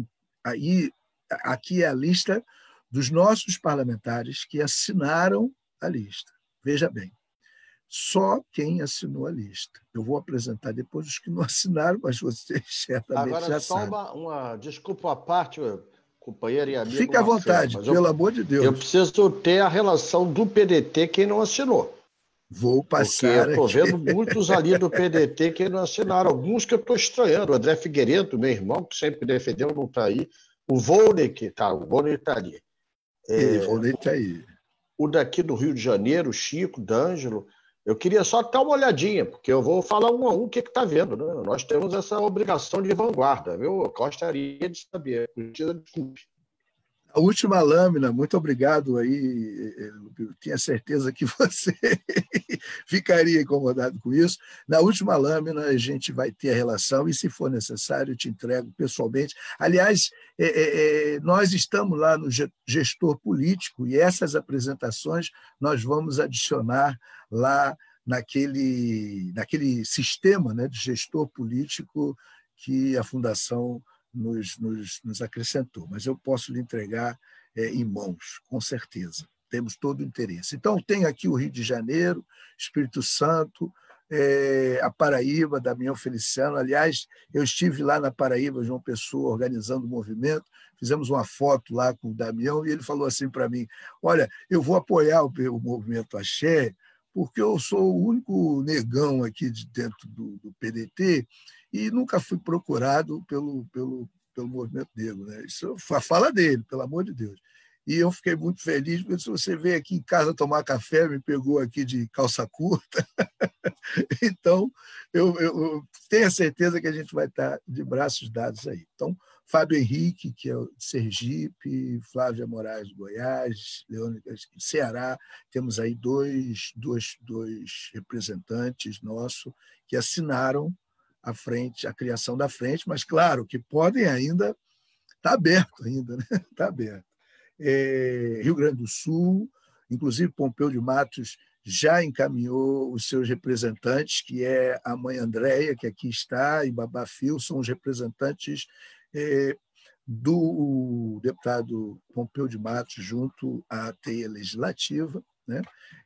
aqui é a lista dos nossos parlamentares que assinaram a lista. Veja bem, só quem assinou a lista. Eu vou apresentar depois os que não assinaram, mas vocês certamente agora, já sabem. Agora, só uma desculpa à parte, companheiro e amigo. Fique à vontade, pelo amor de Deus. Eu preciso ter a relação do PDT quem não assinou. Vou passar porque eu estou vendo muitos ali do PDT que não assinaram, alguns que eu estou estranhando. O André Figueiredo, meu irmão, que sempre defendeu, não está aí. O Volney, o Volney está ali. O Volney está aí. O daqui do Rio de Janeiro, o Chico, D'Angelo. Eu queria só dar uma olhadinha, porque eu vou falar um a um o que está vendo. Né? Nós temos essa obrigação de vanguarda, viu? Eu gostaria de saber. Desculpe. A última lâmina, muito obrigado aí, eu tinha certeza que você ficaria incomodado com isso. Na última lâmina a gente vai ter a relação e, se for necessário, eu te entrego pessoalmente. Aliás, nós estamos lá no gestor político e essas apresentações nós vamos adicionar lá naquele sistema, né, de gestor político que a Fundação nos acrescentou, mas eu posso lhe entregar em mãos, com certeza. Temos todo o interesse. Então, tem aqui o Rio de Janeiro, Espírito Santo, a Paraíba, Damião Feliciano. Aliás, eu estive lá na Paraíba, João Pessoa, organizando o movimento, fizemos uma foto lá com o Damião e ele falou assim para mim, olha, eu vou apoiar o movimento Axé, porque eu sou o único negão aqui de dentro do PDT e nunca fui procurado pelo movimento negro. Né? Isso é a fala dele, pelo amor de Deus. e eu fiquei muito feliz, porque se você veio aqui em casa tomar café, me pegou aqui de calça curta. Então, eu tenho a certeza que a gente vai estar de braços dados aí. Então, Fábio Henrique, que é de Sergipe, Flávia Moraes, de Goiás, Leônidas, de Ceará, temos aí dois representantes nossos que assinaram a criação da frente, mas, claro, que podem ainda, está aberto ainda, né? Está aberto. Rio Grande do Sul, inclusive Pompeu de Matos já encaminhou os seus representantes, que é a mãe Andréia, que aqui está, e Babá Fio, são os representantes do deputado Pompeu de Matos junto à teia legislativa, né?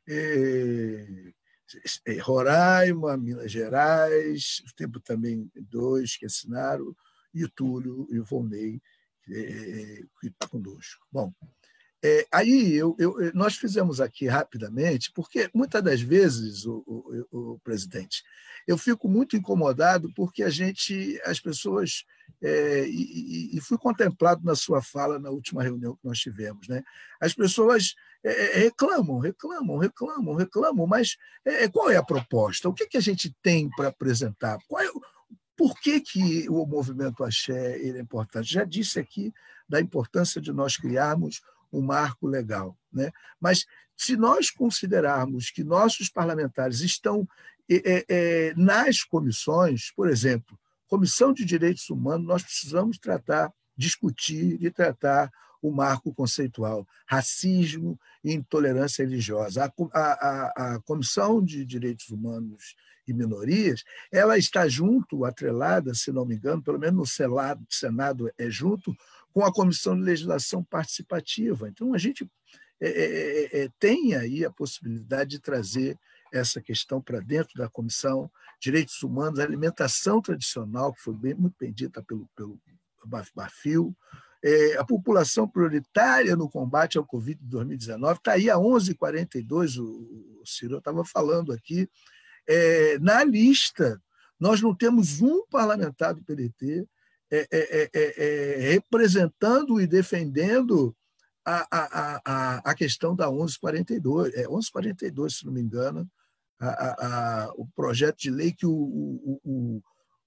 Roraima, Minas Gerais, temos também dois que assinaram, e o Túlio e o Volney, que está conosco. Bom, aí nós fizemos aqui rapidamente, porque muitas das vezes, o presidente, eu fico muito incomodado porque as pessoas, e fui contemplado na sua fala na última reunião que nós tivemos, né? As pessoas reclamam, mas qual é a proposta? O que a gente tem para apresentar? Por que o movimento Axé ele é importante? Já disse aqui da importância de nós criarmos um marco legal, né? Mas se nós considerarmos que nossos parlamentares estão nas comissões, por exemplo, Comissão de Direitos Humanos, nós precisamos discutir e tratar o marco conceitual, racismo e intolerância religiosa. A Comissão de Direitos Humanos e Minorias, ela está junto, atrelada, se não me engano, pelo menos no Senado é junto, com a Comissão de Legislação Participativa. Então, a gente tem aí a possibilidade de trazer essa questão para dentro da Comissão, Direitos Humanos, alimentação tradicional, que foi muito bem dita pelo Bafio, a população prioritária no combate ao Covid de 2019, está aí a 11h42, o Ciro estava falando aqui, na lista. Nós não temos um parlamentar do PDT representando e defendendo a questão da 1142. 1142, se não me engano, o projeto de lei que o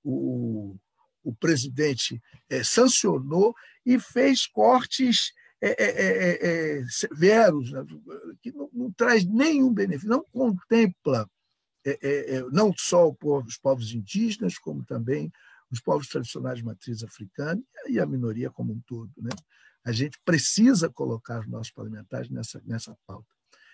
presidente sancionou e fez cortes severos, né, que não traz nenhum benefício, não contempla não só os povos indígenas, como também os povos tradicionais de matriz africana e a minoria como um todo, né? A gente precisa colocar os nossos parlamentares nessa pauta.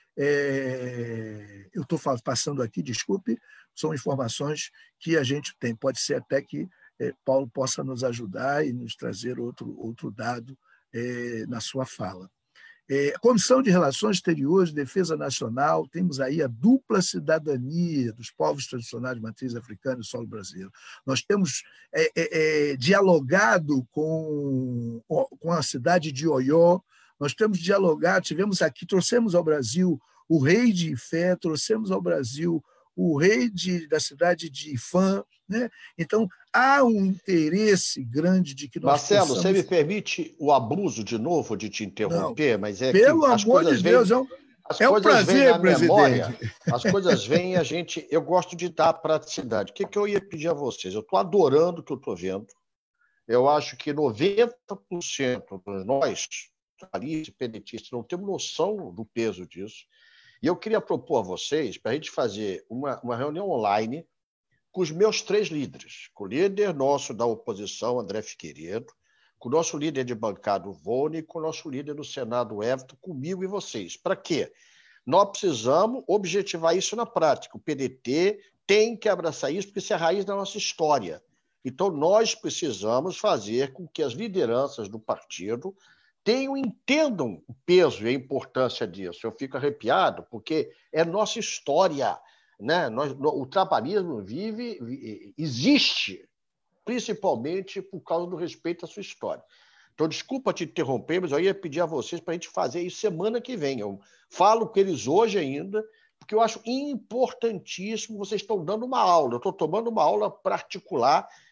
Eu estou passando aqui, desculpe, são informações que a gente tem. Pode ser até que Paulo possa nos ajudar e nos trazer outro dado na sua fala. Comissão de Relações Exteriores e Defesa Nacional, temos aí a dupla cidadania dos povos tradicionais de matriz africana e solo brasileiro. Nós temos dialogado com a cidade de Oió, nós temos dialogado, trouxemos ao Brasil o rei de Ifé, trouxemos ao Brasil o rei da cidade de Ifã, né? Então, há um interesse grande de que nós Marcelo, possamos... você me permite o abuso de novo de te interromper, Não, mas pelo amor de Deus, é um prazer, presidente. As coisas vêm e eu gosto de dar praticidade. O que eu ia pedir a vocês? Eu estou adorando o que eu estou vendo. Eu acho que 90% de nós, jornalistas e pedetistas, não temos noção do peso disso. E eu queria propor a vocês, para a gente fazer uma reunião online com os meus 3 líderes, com o líder nosso da oposição, André Figueiredo, com o nosso líder de bancada, o Volney, e com o nosto líder do Senado, Everton, comigo e vocês. Para quê? Nós precisamos objetivar isso na prática. O PDT tem que abraçar isso, porque isso é a raiz da nossa história. Então, nós precisamos fazer com que as lideranças do partido entendam o peso e a importância disso. Eu fico arrepiado, porque é nossa história, né? O trabalhismo existe, principalmente por causa do respeito à sua história. Então, desculpa te interromper, mas eu ia pedir a vocês para a gente fazer isso semana que vem. Eu falo com eles hoje ainda, porque eu acho importantíssimo, vocês estão dando uma aula. Eu estou tomando uma aula particular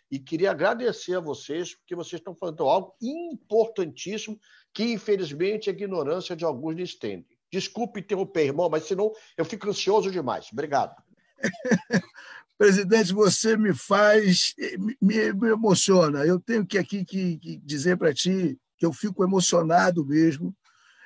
E queria agradecer a vocês, porque vocês estão falando algo importantíssimo que, infelizmente, a ignorância de alguns não entendem. Desculpe interromper, irmão, mas senão eu fico ansioso demais. Obrigado. Presidente, você me faz, me emociona. Eu tenho que aqui que dizer para ti que eu fico emocionado mesmo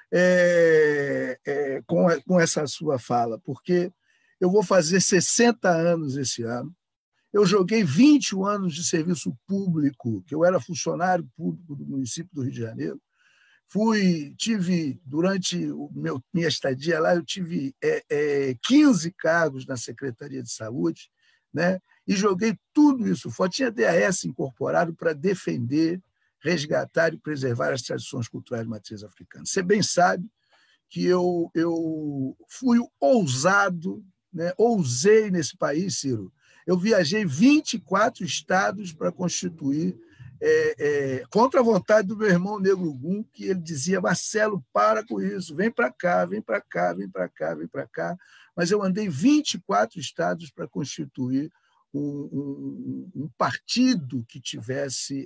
com essa sua fala, porque eu vou fazer 60 anos esse ano. Eu joguei 21 anos de serviço público, que eu era funcionário público do município do Rio de Janeiro. Durante minha estadia lá, eu tive 15 cargos na Secretaria de Saúde, né? E joguei tudo isso fora. Tinha DAS incorporado para defender, resgatar e preservar as tradições culturais de matriz africana. Você bem sabe que eu fui ousado, né? Ousei nesse país, Ciro. Eu viajei 24 estados para constituir, contra a vontade do meu irmão Negro Gum, que ele dizia: Marcelo, para com isso, vem para cá, vem para cá, vem para cá, vem para cá. Mas eu andei 24 estados para constituir um partido que tivesse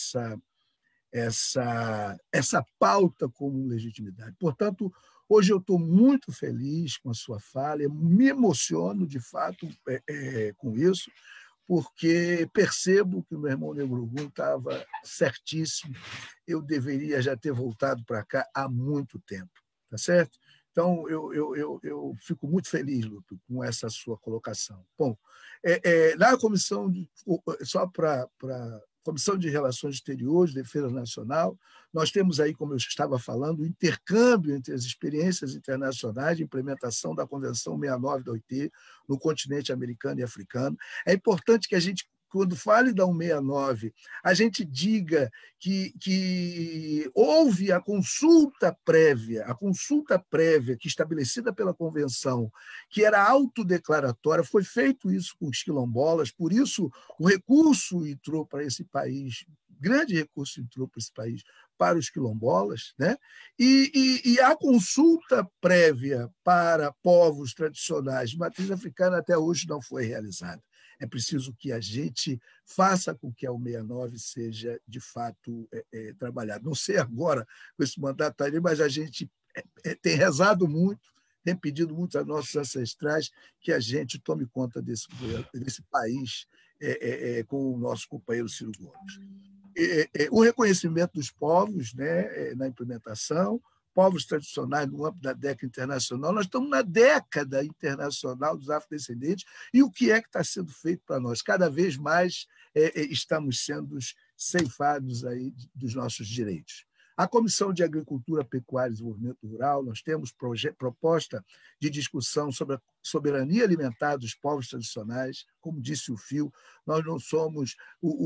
essa pauta como legitimidade. Portanto, hoje eu estou muito feliz com a sua fala, eu me emociono, de fato, com isso, porque percebo que o meu irmão Negro Gum estava certíssimo, eu deveria já ter voltado para cá há muito tempo, tá certo? Então, eu fico muito feliz, Lupe, com essa sua colocação. Bom, na comissão, só para Comissão de Relações Exteriores, Defesa Nacional, nós temos aí, como eu estava falando, o intercâmbio entre as experiências internacionais de implementação da Convenção 69 da OIT no continente americano e africano. É importante que a gente, quando fale da 169, a gente diga que houve a consulta prévia que estabelecida pela Convenção, que era autodeclaratória, foi feito isso com os quilombolas, por isso o recurso entrou para esse país, grande recurso entrou para esse país, para os quilombolas, né? E a consulta prévia para povos tradicionais de matriz africana até hoje não foi realizada. É preciso que a gente faça com que a 169 seja, de fato, trabalhada. Não sei agora com esse mandato aí, mas a gente tem rezado muito, tem pedido muito a nossos ancestrais que a gente tome conta desse país com o nosso companheiro Ciro Gomes. O reconhecimento dos povos, né, na implementação, povos tradicionais no âmbito da década internacional. Nós estamos na década internacional dos afrodescendentes e o que é que está sendo feito para nós? Cada vez mais estamos sendo ceifados aí dos nossos direitos. A Comissão de Agricultura, Pecuária e Desenvolvimento Rural, nós temos proposta de discussão sobre a soberania alimentar dos povos tradicionais. Como disse o Fio, nós não somos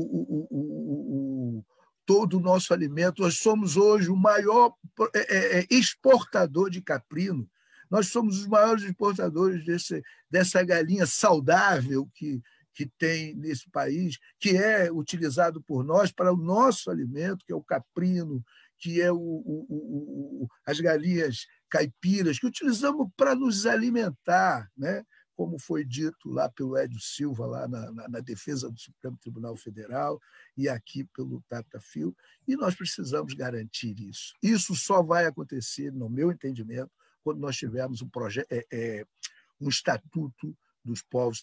todo o nosso alimento, nós somos hoje o maior exportador de caprino, nós somos os maiores exportadores dessa galinha saudável que tem nesse país, que é utilizado por nós para o nosso alimento, que é o caprino, que é as galinhas caipiras, que utilizamos para nos alimentar, né? Como foi dito lá pelo Edio Silva, lá na defesa do Supremo Tribunal Federal, e aqui pelo Tata Fio, e nós precisamos garantir isso. Isso só vai acontecer, no meu entendimento, quando nós tivermos um estatuto dos povos,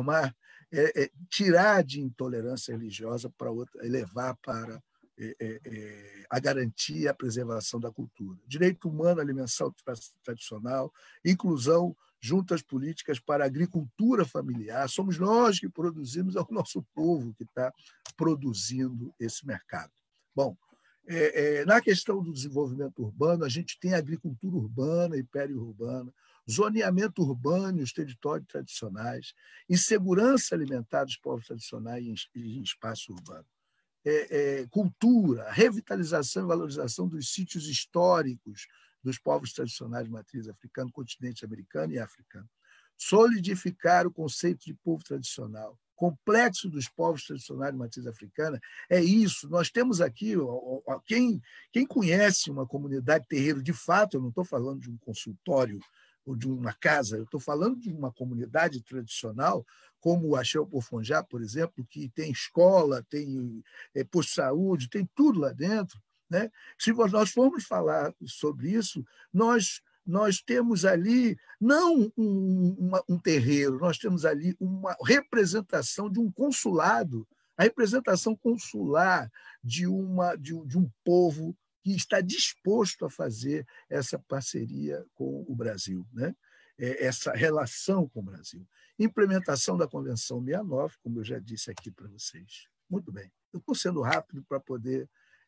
tirar de intolerância religiosa para levar para a garantia e a preservação da cultura. Direito humano, alimentação tradicional, inclusão, juntas políticas para a agricultura familiar. Somos nós que produzimos, é o nosso povo que está produzindo esse mercado. Bom, na questão do desenvolvimento urbano, a gente tem agricultura urbana e periurbana, zoneamento urbano e os territórios tradicionais, insegurança alimentar dos povos tradicionais em espaço urbano. Cultura, revitalização e valorização dos sítios históricos dos povos tradicionais de matriz africana, continente americano e africano. Solidificar o conceito de povo tradicional. Complexo dos povos tradicionais de matriz africana é isso. Nós temos aqui, quem conhece uma comunidade terreiro, de fato, eu não estou falando de um consultório ou de uma casa, eu estou falando de uma comunidade tradicional, como o Axé Pofongá, por exemplo, que tem escola, tem posto de saúde, tem tudo lá dentro, né? Se nós formos falar sobre isso, nós temos ali não um terreiro, nós temos ali uma representação de um consulado, a representação consular de um povo que está disposto a fazer essa parceria com o Brasil, né? Essa relação com o Brasil. Implementação da Convenção 69, como eu já disse aqui para vocês. Muito bem. Eu estou sendo rápido para poder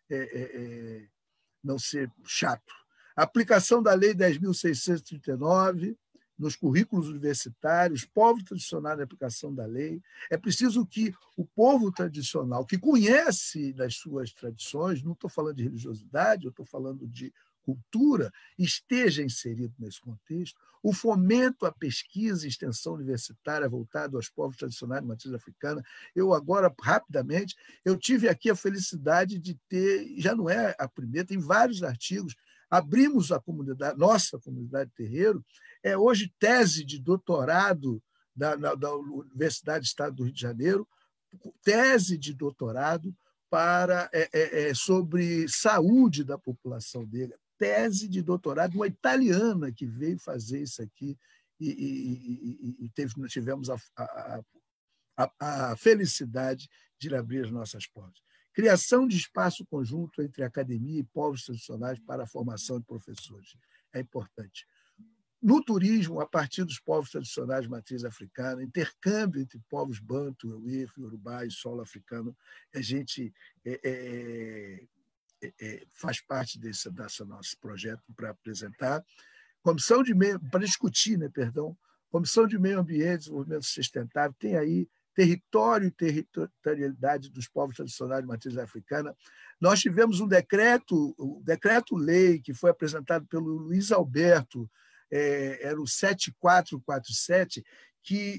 não ser chato. Aplicação da Lei 10.639 nos currículos universitários, povo tradicional na aplicação da lei. É preciso que o povo tradicional, que conhece das suas tradições, não estou falando de religiosidade, eu estou falando de cultura, esteja inserido nesse contexto. O fomento à pesquisa e extensão universitária voltado aos povos tradicionais de matriz africana. Eu agora, rapidamente, eu tive aqui a felicidade de ter, já não é a primeira, tem vários artigos, abrimos a comunidade, nossa comunidade terreiro, é hoje tese de doutorado da Universidade do Estado do Rio de Janeiro, tese de doutorado sobre saúde da população negra, tese de doutorado de uma italiana que veio fazer isso aqui e tivemos a felicidade de abrir as nossas portas. Criação de espaço conjunto entre academia e povos tradicionais para a formação de professores. É importante. No turismo, a partir dos povos tradicionais de matriz africana, intercâmbio entre povos banto, euif, urubá e solo africano, a gente faz parte desse nosso projeto para apresentar. Para discutir, Comissão de Meio Ambiente e Desenvolvimento Sustentável, tem aí território e territorialidade dos povos tradicionais de matriz africana. Nós tivemos um decreto-lei que foi apresentado pelo Luiz Alberto, era o 7447, que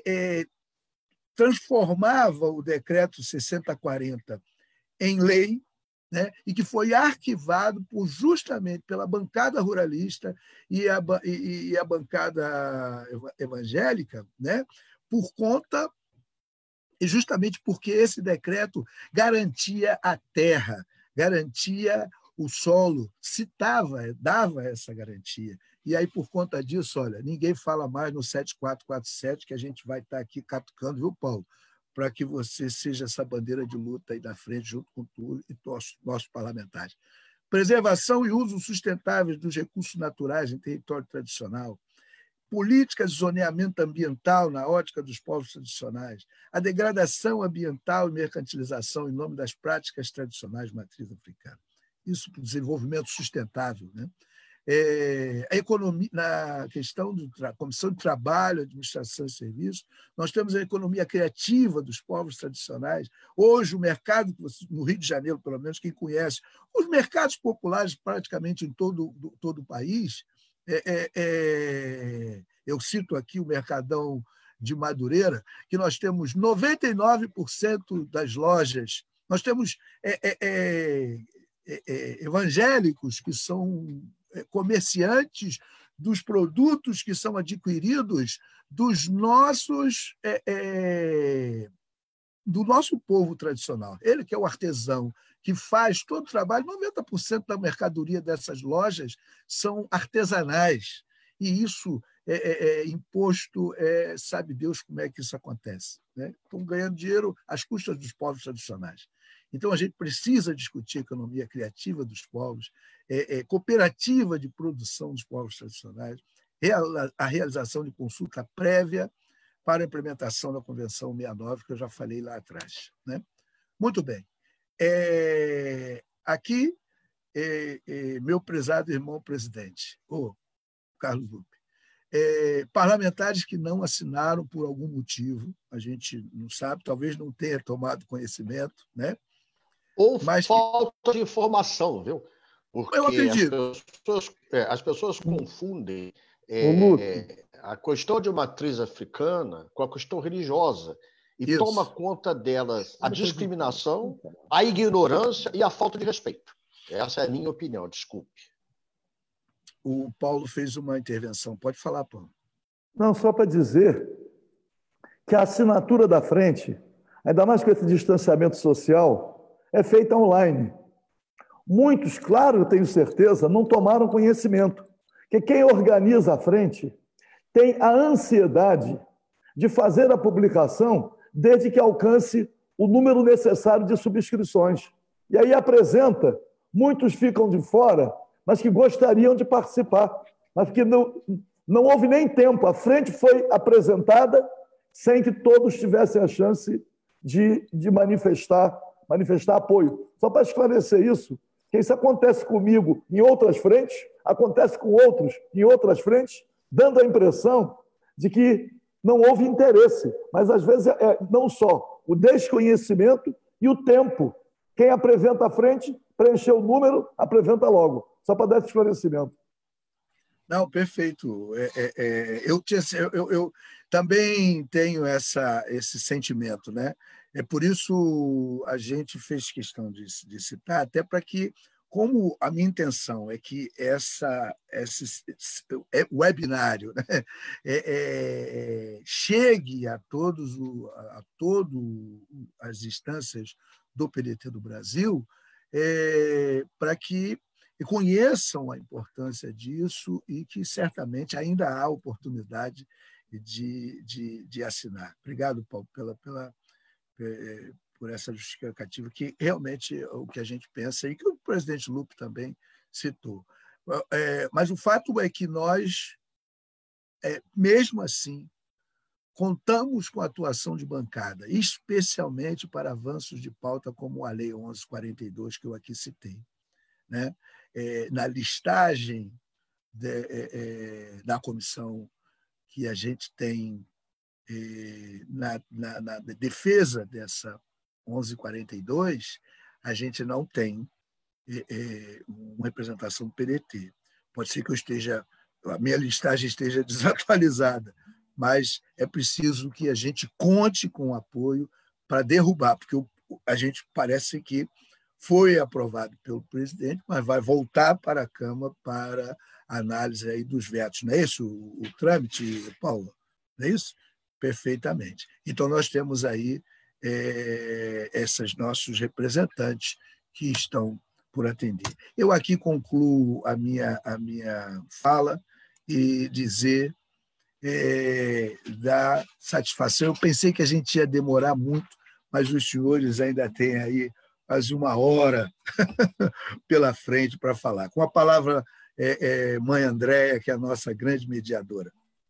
transformava o decreto 6040 em lei, né, e que foi arquivado justamente pela bancada ruralista e a bancada evangélica, né, por conta, e justamente porque esse decreto garantia a terra, garantia o solo, dava essa garantia. E aí, por conta disso, olha, ninguém fala mais no 7447, que a gente vai estar aqui catucando, viu, Paulo? Para que você seja essa bandeira de luta aí da frente, junto com tu e nossos parlamentares. Preservação e uso sustentáveis dos recursos naturais em território tradicional. Políticas de zoneamento ambiental na ótica dos povos tradicionais. A degradação ambiental e mercantilização em nome das práticas tradicionais de matriz africana. Isso para o desenvolvimento sustentável, né? A economia, na questão da Comissão de Trabalho, Administração e Serviços, nós temos a economia criativa dos povos tradicionais. Hoje, o mercado, no Rio de Janeiro, pelo menos, quem conhece, os mercados populares praticamente em todo o país, eu cito aqui o Mercadão de Madureira, que nós temos 99% das lojas, nós temos evangélicos que são comerciantes dos produtos que são adquiridos do nosso povo tradicional. Ele que é o artesão, que faz todo o trabalho, 90% da mercadoria dessas lojas são artesanais. E isso imposto, sabe Deus como é que isso acontece, né? Estão ganhando dinheiro às custas dos povos tradicionais. Então, a gente precisa discutir a economia criativa dos povos, cooperativa de produção dos povos tradicionais, a realização de consulta prévia para a implementação da Convenção 69, que eu já falei lá atrás, né? Muito bem. Aqui, meu prezado irmão presidente, Carlos Lupe, parlamentares que não assinaram por algum motivo, a gente não sabe, talvez não tenha tomado conhecimento, né? Ou falta de informação, viu? Porque eu acredito. As pessoas confundem a questão de matriz africana com a questão religiosa e Isso. toma conta delas a discriminação, a ignorância e a falta de respeito. Essa é a minha opinião, desculpe. o Paulo fez uma intervenção. Pode falar, Paulo. Não, só para dizer que a assinatura da frente, ainda mais com esse distanciamento social, é feita online. Muitos, claro, eu tenho certeza, não tomaram conhecimento, que quem organiza a frente tem a ansiedade de fazer a publicação desde que alcance o número necessário de subscrições. E aí apresenta, muitos ficam de fora, mas que gostariam de participar, mas que não houve nem tempo. A frente foi apresentada sem que todos tivessem a chance de manifestar apoio. Só para esclarecer isso, que isso acontece comigo em outras frentes, acontece com outros em outras frentes, dando a impressão de que não houve interesse, mas às vezes é não só o desconhecimento e o tempo. Quem apresenta a frente, preencheu o número, apresenta logo. Só para dar esse esclarecimento. Não, perfeito. Eu também tenho esse sentimento, né? É por isso a gente fez questão de citar, até para que, como a minha intenção é que esse webinário, né, chegue a todas as instâncias do PDT do Brasil, para que conheçam a importância disso e que certamente ainda há oportunidade de assinar. Obrigado, Paulo, por essa justificativa, que realmente é o que a gente pensa e que o presidente Lupe também citou. Mas o fato é que nós, mesmo assim, contamos com a atuação de bancada, especialmente para avanços de pauta como a Lei 1142, que eu aqui citei, né? Na listagem da comissão que a gente tem na defesa dessa 1142, a gente não tem uma representação do PDT. Pode ser que a minha listagem esteja desatualizada, mas é preciso que a gente conte com o apoio para derrubar, porque a gente parece que foi aprovado pelo presidente, mas vai voltar para a Câmara para análise aí dos vetos. Não é isso o trâmite, Paulo? Não é isso? Perfeitamente. Então, nós temos aí esses nossos representantes que estão por atender. Eu aqui concluo a minha fala e dizer da satisfação. Eu pensei que a gente ia demorar muito, mas os senhores ainda têm aí quase uma hora pela frente para falar. Com a palavra, mãe Andréia, que é a nossa grande mediadora.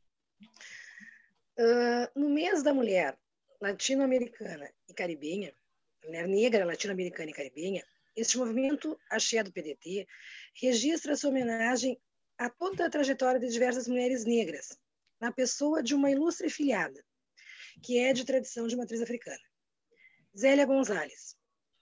No mês da mulher latino-americana e caribenha, mulher negra latino-americana e caribenha, este movimento axé do PDT registra sua homenagem a toda a trajetória de diversas mulheres negras, na pessoa de uma ilustre filiada, que é de tradição de matriz africana. Zélia Gonzalez.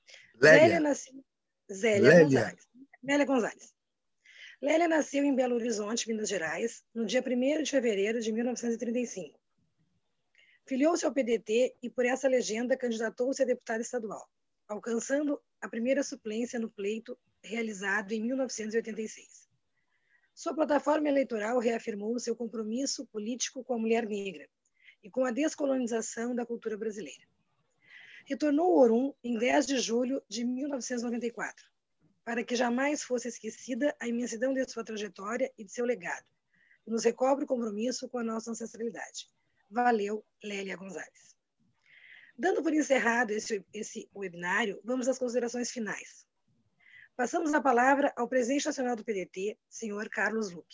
Lélia Gonzalez. Lélia nasceu em Belo Horizonte, Minas Gerais, no dia 1º de fevereiro de 1935. Filiou-se ao PDT e, por essa legenda, candidatou-se a deputada estadual, alcançando a primeira suplência no pleito realizado em 1986. Sua plataforma eleitoral reafirmou seu compromisso político com a mulher negra e com a descolonização da cultura brasileira. Retornou ao Orum em 10 de julho de 1994, para que jamais fosse esquecida a imensidão de sua trajetória e de seu legado, e nos recobre o compromisso com a nossa ancestralidade. Valeu, Lélia Gonzalez. Dando por encerrado esse webinário, vamos às considerações finais. Passamos a palavra ao presidente nacional do PDT, senhor Carlos Lupe.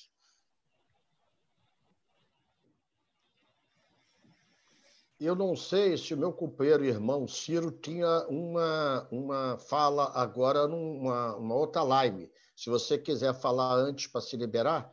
Eu não sei se o meu companheiro e irmão Ciro tinha uma fala agora numa outra live. Se você quiser falar antes para se liberar.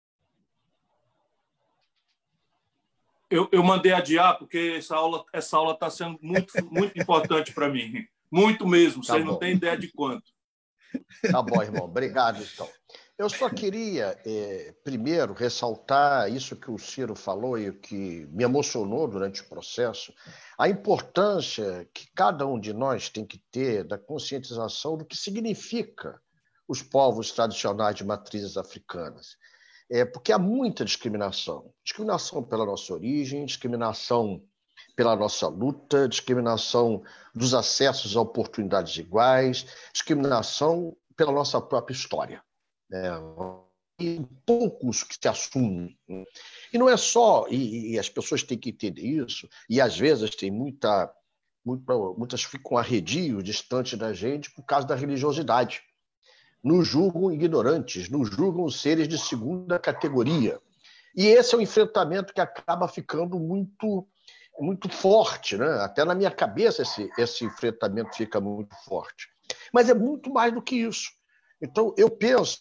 Eu mandei adiar, porque essa aula está sendo muito importante para mim. Muito mesmo, vocês não têm ideia de quanto. Tá bom, irmão. Obrigado, então. Eu só queria, primeiro, ressaltar isso que o Ciro falou e que me emocionou durante o processo, a importância que cada um de nós tem que ter da conscientização do que significa os povos tradicionais de matrizes africanas? Porque há muita discriminação. Discriminação pela nossa origem, discriminação pela nossa luta, discriminação dos acessos a oportunidades iguais, discriminação pela nossa própria história. E poucos que se assumem. E não é só, e as pessoas têm que entender isso, e às vezes tem muitas ficam arredios distante da gente por causa da religiosidade. Nos julgam ignorantes, nos julgam seres de segunda categoria. E esse é um enfrentamento que acaba ficando muito forte, né? Até na minha cabeça esse enfrentamento fica muito forte. Mas é muito mais do que isso. Então, eu penso...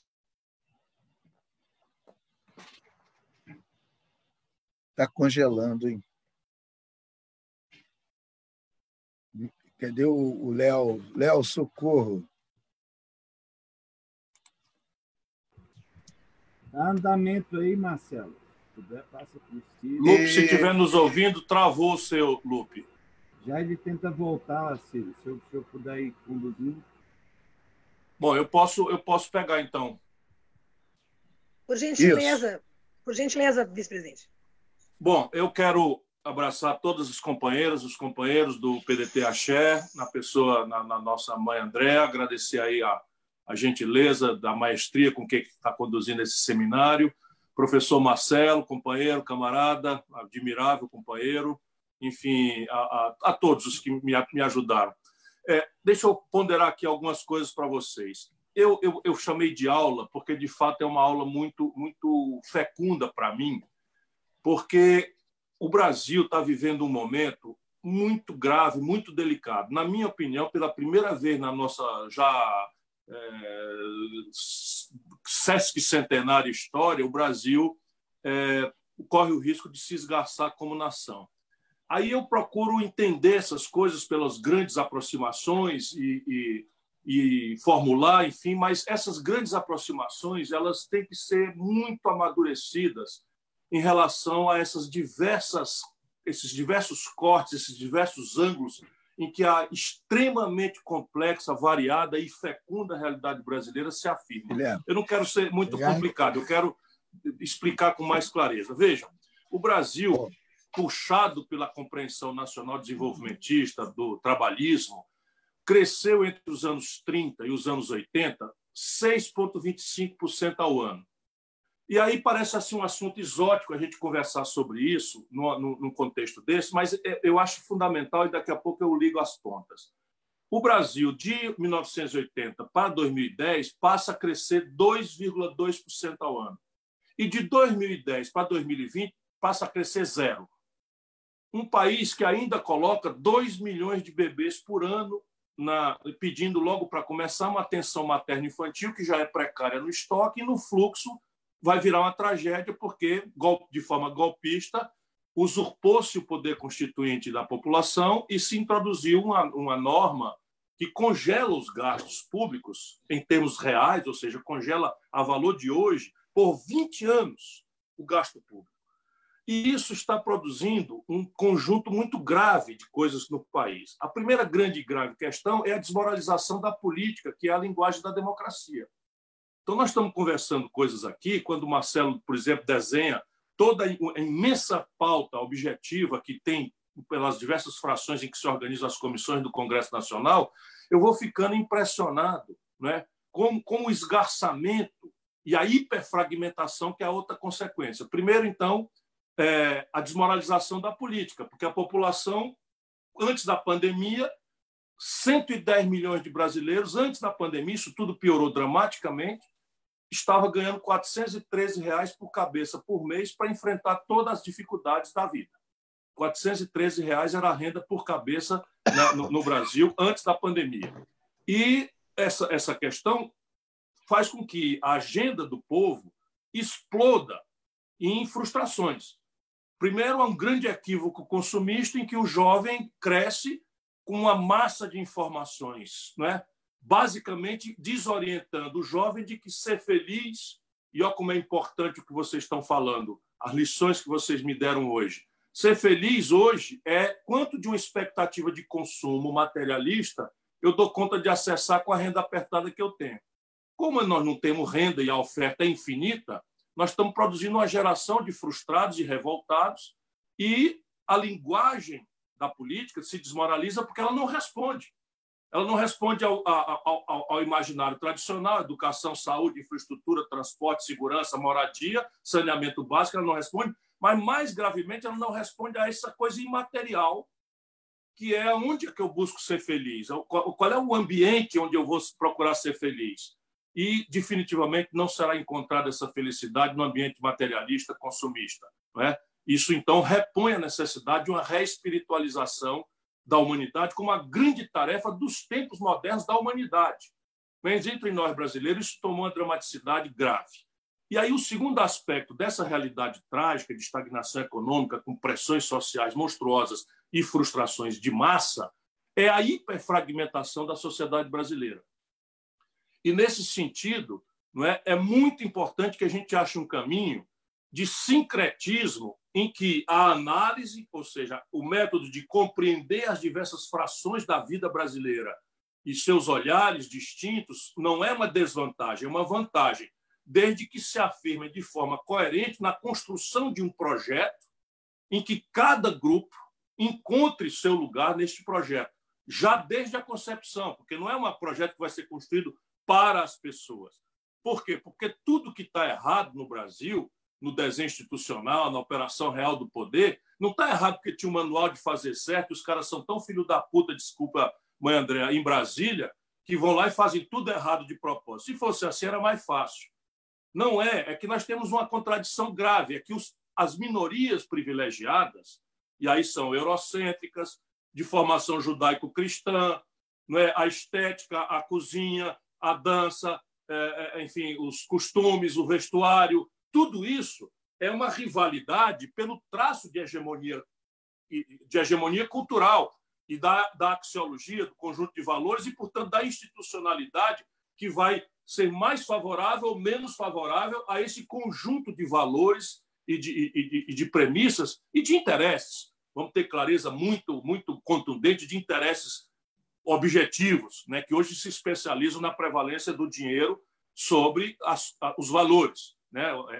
Está congelando, hein? Cadê o Léo? Léo, socorro. Andamento aí, Marcelo. Se puder, passa por si. Lupe, se estiver nos ouvindo, travou o seu, Lupe. Já ele tenta voltar, Ciro. Se eu puder ir conduzindo. Bom, eu posso pegar, então. Por gentileza, vice-presidente. Bom, eu quero abraçar todos os companheiros do PDT Axé, na nossa mãe Andréa, agradecer aí a gentileza da maestria com que está conduzindo esse seminário, professor Marcelo, companheiro, camarada, admirável companheiro, enfim, a todos os que me ajudaram. Deixa eu ponderar aqui algumas coisas para vocês. Eu chamei de aula porque, de fato, é uma aula muito, muito fecunda para mim, porque o Brasil está vivendo um momento muito grave, muito delicado. Na minha opinião, pela primeira vez na nossa já sesquicentenária história, o Brasil corre o risco de se esgarçar como nação. Aí eu procuro entender essas coisas pelas grandes aproximações e formular, enfim, mas essas grandes aproximações elas têm que ser muito amadurecidas em relação a esses diversos cortes, esses diversos ângulos em que a extremamente complexa, variada e fecunda realidade brasileira se afirma. Eu não quero ser muito complicado, eu quero explicar com mais clareza. Vejam, o Brasil, puxado pela compreensão nacional desenvolvimentista, do trabalhismo, cresceu entre os anos 30 e os anos 80 6,25% ao ano. E aí parece assim um assunto exótico a gente conversar sobre isso num contexto desse, mas eu acho fundamental e daqui a pouco eu ligo as pontas. O Brasil, de 1980 para 2010, passa a crescer 2,2% ao ano. E de 2010 para 2020, passa a crescer zero. Um país que ainda coloca 2 milhões de bebês por ano pedindo logo para começar uma atenção materno-infantil, que já é precária no estoque, e no fluxo vai virar uma tragédia, porque, de forma golpista, usurpou-se o poder constituinte da população e se introduziu uma norma que congela os gastos públicos em termos reais, ou seja, congela a valor de hoje, por 20 anos, o gasto público. E isso está produzindo um conjunto muito grave de coisas no país. A primeira grande e grave questão é a desmoralização da política, que é a linguagem da democracia. Então, nós estamos conversando coisas aqui, quando o Marcelo, por exemplo, desenha toda a imensa pauta objetiva que tem pelas diversas frações em que se organizam as comissões do Congresso Nacional, eu vou ficando impressionado, né, com o esgarçamento e a hiperfragmentação, que é a outra consequência. Primeiro, então, a desmoralização da política, porque a população, antes da pandemia, 110 milhões de brasileiros, antes da pandemia, isso tudo piorou dramaticamente, estava ganhando R$ 413 por cabeça por mês para enfrentar todas as dificuldades da vida. R$ 413 era a renda por cabeça no Brasil antes da pandemia. E essa questão faz com que a agenda do povo exploda em frustrações. Primeiro, há um grande equívoco consumista em que o jovem cresce com uma massa de informações, não é? Basicamente desorientando o jovem de que ser feliz, e olha como é importante o que vocês estão falando, as lições que vocês me deram hoje. Ser feliz hoje é quanto de uma expectativa de consumo materialista eu dou conta de acessar com a renda apertada que eu tenho. Como nós não temos renda e a oferta é infinita, nós estamos produzindo uma geração de frustrados e revoltados, e a linguagem da política se desmoraliza porque ela não responde. Ela não responde ao imaginário tradicional, educação, saúde, infraestrutura, transporte, segurança, moradia, saneamento básico, ela não responde, mas, mais gravemente, ela não responde a essa coisa imaterial, que é onde que eu busco ser feliz, qual é o ambiente onde eu vou procurar ser feliz. E, definitivamente, não será encontrada essa felicidade no ambiente materialista, consumista. Não é? Isso, então, repõe a necessidade de uma reespiritualização da humanidade como a grande tarefa dos tempos modernos da humanidade. Mas, entre nós brasileiros, isso tomou uma dramaticidade grave. E aí, o segundo aspecto dessa realidade trágica de estagnação econômica, com pressões sociais monstruosas e frustrações de massa, é a hiperfragmentação da sociedade brasileira. E, nesse sentido, não é, é muito importante que a gente ache um caminho de sincretismo em que a análise, ou seja, o método de compreender as diversas frações da vida brasileira e seus olhares distintos, não é uma desvantagem, é uma vantagem, desde que se afirme de forma coerente na construção de um projeto em que cada grupo encontre seu lugar neste projeto, já desde a concepção, porque não é um projeto que vai ser construído para as pessoas. Por quê? Porque tudo que está errado no Brasil, no desenho institucional, na operação real do poder, não está errado porque tinha um manual de fazer certo, os caras são tão filho da puta, desculpa, mãe Andréa, em Brasília, que vão lá e fazem tudo errado de propósito. Se fosse assim, era mais fácil. Não é, é que nós temos uma contradição grave, é que as minorias privilegiadas, e aí são eurocêntricas, de formação judaico-cristã, não é? A estética, a cozinha, a dança, enfim, os costumes, o vestuário, tudo isso é uma rivalidade pelo traço de hegemonia cultural e da axiologia, do conjunto de valores e, portanto, da institucionalidade que vai ser mais favorável ou menos favorável a esse conjunto de valores e de premissas e de interesses. Vamos ter clareza muito, muito contundente de interesses objetivos, né, que hoje se especializam na prevalência do dinheiro sobre os valores. Né?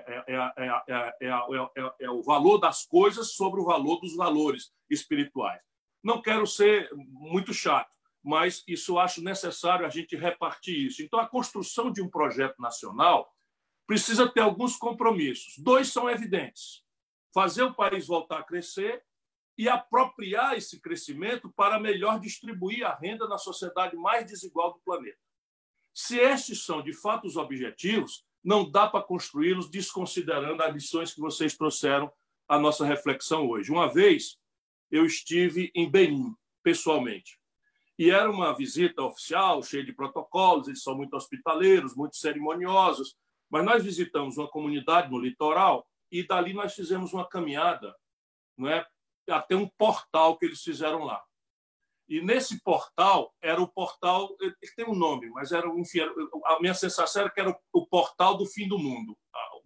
É o valor das coisas sobre o valor dos valores espirituais. Não quero ser muito chato, mas isso eu acho necessário a gente repartir isso. Então, a construção de um projeto nacional precisa ter alguns compromissos. Dois são evidentes: fazer o país voltar a crescer e apropriar esse crescimento para melhor distribuir a renda na sociedade mais desigual do planeta. Se estes são, de fato, os objetivos, não dá para construí-los desconsiderando as lições que vocês trouxeram à nossa reflexão hoje. Uma vez, eu estive em Benin, pessoalmente, e era uma visita oficial, cheia de protocolos, eles são muito hospitaleiros, muito cerimoniosos, mas nós visitamos uma comunidade no litoral e dali nós fizemos uma caminhada, não é, até um portal que eles fizeram lá. E nesse portal, era o portal, ele tem um nome, mas era, enfim, a minha sensação era que era o portal do fim do mundo.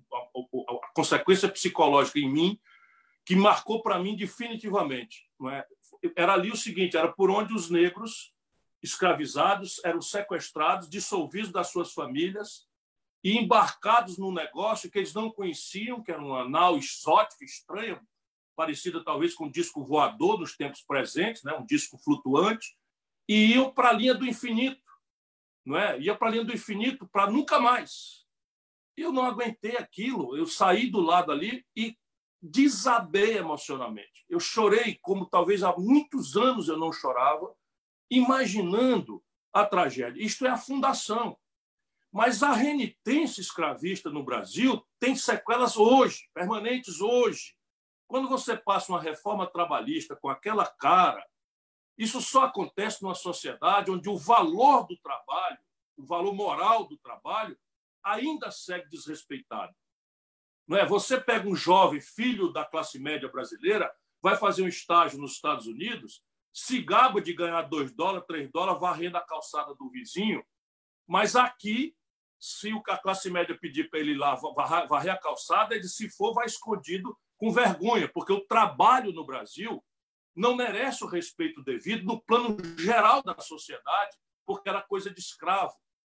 A consequência psicológica em mim, que marcou para mim definitivamente. Não é? Era ali o seguinte, era por onde os negros escravizados eram sequestrados, dissolvidos das suas famílias e embarcados num negócio que eles não conheciam, que era uma nau exótica, estranha, parecida talvez com um disco voador nos tempos presentes, né? Um disco flutuante, e iam para a linha do infinito, não é? Ia para a linha do infinito para nunca mais. Eu não aguentei aquilo, eu saí do lado ali e desabei emocionalmente. Eu chorei como talvez há muitos anos eu não chorava, imaginando a tragédia. Isto é a fundação. Mas a renitência escravista no Brasil tem sequelas hoje, permanentes hoje. Quando você passa uma reforma trabalhista com aquela cara, isso só acontece numa sociedade onde o valor do trabalho, o valor moral do trabalho, ainda segue desrespeitado. Não é? Você pega um jovem filho da classe média brasileira, vai fazer um estágio nos Estados Unidos, se gaba de ganhar $2, $3, varrendo a calçada do vizinho, mas aqui, se a classe média pedir para ele ir lá varrer a calçada, ele, se for, vai escondido com vergonha, porque o trabalho no Brasil não merece o respeito devido no plano geral da sociedade, porque era coisa de escravo.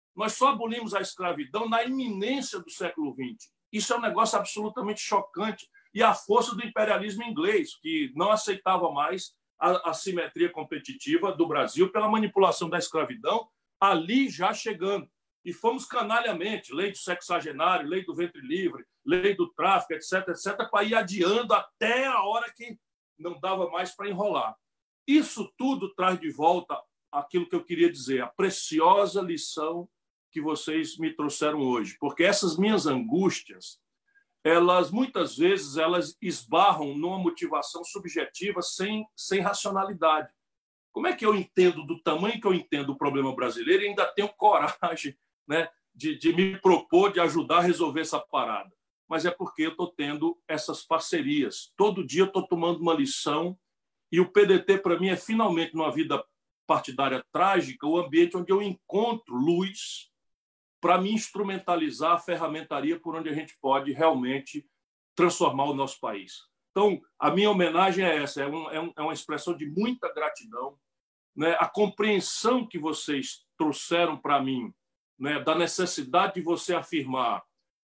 Nós só abolimos a escravidão na iminência do século XX. Isso é um negócio absolutamente chocante. E a força do imperialismo inglês, que não aceitava mais a assimetria competitiva do Brasil pela manipulação da escravidão, ali já chegando. E fomos canalhamente, lei do sexagenário, lei do ventre livre, lei do tráfico, etc., para ir adiando até a hora que não dava mais para enrolar. Isso tudo traz de volta aquilo que eu queria dizer, a preciosa lição que vocês me trouxeram hoje. Porque essas minhas angústias, muitas vezes elas esbarram numa motivação subjetiva sem racionalidade. Como é que eu entendo, do tamanho que eu entendo o problema brasileiro, e ainda tenho coragem, né, de me propor, de ajudar a resolver essa parada? Mas é porque eu estou tendo essas parcerias. Todo dia eu estou tomando uma lição, e o PDT, para mim, é finalmente, numa vida partidária trágica, o ambiente onde eu encontro luz para me instrumentalizar a ferramentaria por onde a gente pode realmente transformar o nosso país. Então, a minha homenagem é essa, é uma expressão de muita gratidão, né? A compreensão que vocês trouxeram para mim, né, da necessidade de você afirmar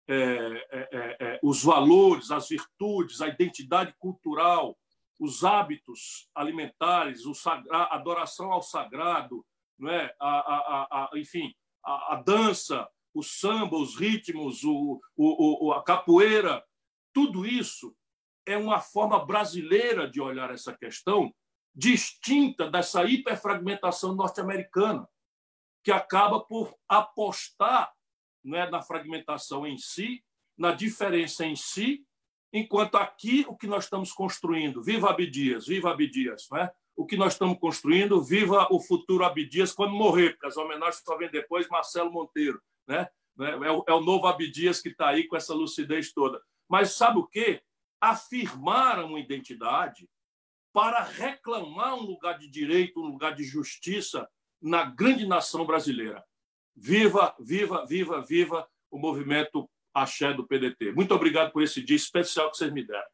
os valores, as virtudes, a identidade cultural, os hábitos alimentares, a adoração ao sagrado, né? Enfim, a dança, o samba, os ritmos, a capoeira, tudo isso é uma forma brasileira de olhar essa questão, distinta dessa hiperfragmentação norte-americana, que acaba por apostar, né, na fragmentação em si, na diferença em si, enquanto aqui o que nós estamos construindo, viva Abdias, né? O que nós estamos construindo, viva o futuro Abdias quando morrer, porque as homenagens só vêm depois, Marcelo Monteiro, né? É o novo Abdias que está aí com essa lucidez toda. Mas sabe o quê? Afirmar uma identidade para reclamar um lugar de direito, um lugar de justiça na grande nação brasileira. Viva, viva, viva, viva o movimento Axé do PDT. Muito obrigado por esse dia especial que vocês me deram.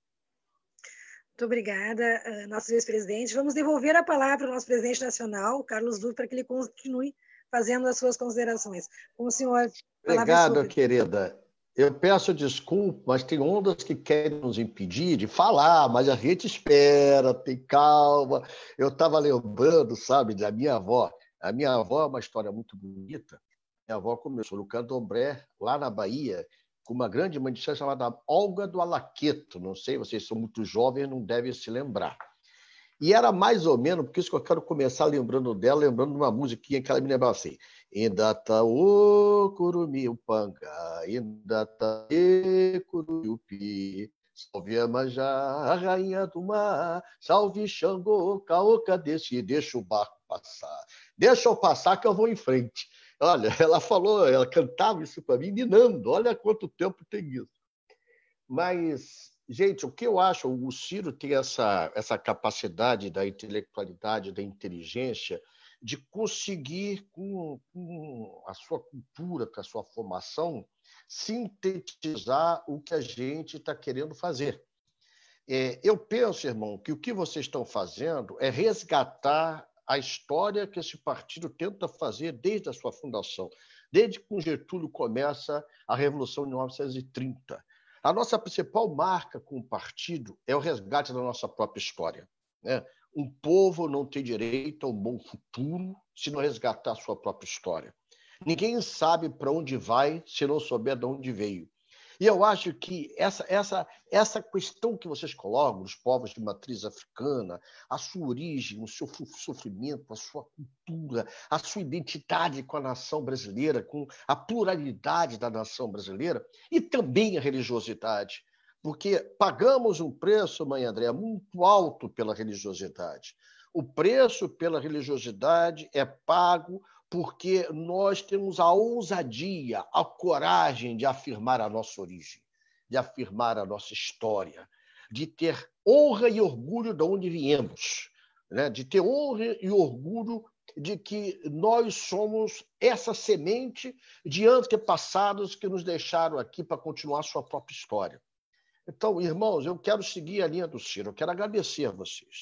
Muito obrigada, nosso vice-presidente. Vamos devolver a palavra ao nosso presidente nacional, Carlos Duque, para que ele continue fazendo as suas considerações. Com o senhor, obrigado, querida. Eu peço desculpa, mas tem ondas que querem nos impedir de falar, mas a gente espera, tem calma. Eu estava lembrando, sabe, da minha avó. A minha avó é uma história muito bonita. Minha avó começou no Candomblé, lá na Bahia, com uma grande mãe de santo chamada Olga do Alaqueto. Não sei, vocês são muito jovens, não devem se lembrar. E era mais ou menos, por isso que eu quero começar lembrando dela, lembrando de uma musiquinha que ela me lembrava assim: ainda tá o curumi, o panga, ainda tá o curumi, o pi, salve Iemanjá, a rainha do mar, salve Xangô, caoca desse, deixa o barco passar. Deixa eu passar que eu vou em frente. Olha, ela falou, ela cantava isso para mim, minando. Olha quanto tempo tem isso. Mas, gente, o que eu acho, o Ciro tem essa capacidade da intelectualidade, da inteligência, de conseguir, com a sua cultura, com a sua formação, sintetizar o que a gente está querendo fazer. Eu penso, irmão, que o que vocês estão fazendo é resgatar a história que esse partido tenta fazer desde a sua fundação, desde que o Getúlio começa a Revolução de 1930. A nossa principal marca com o partido é o resgate da nossa própria história, né? Um povo não tem direito a um bom futuro se não resgatar a sua própria história. Ninguém sabe para onde vai se não souber de onde veio. E eu acho que essa questão que vocês colocam, os povos de matriz africana, a sua origem, o seu sofrimento, a sua cultura, a sua identidade com a nação brasileira, com a pluralidade da nação brasileira, e também a religiosidade, porque pagamos um preço, mãe Andréa, muito alto pela religiosidade. O preço pela religiosidade é pago porque nós temos a ousadia, a coragem de afirmar a nossa origem, de afirmar a nossa história, de ter honra e orgulho de onde viemos, né? De ter honra e orgulho de que nós somos essa semente de antepassados que nos deixaram aqui para continuar a sua própria história. Então, irmãos, eu quero seguir a linha do Ciro, eu quero agradecer a vocês.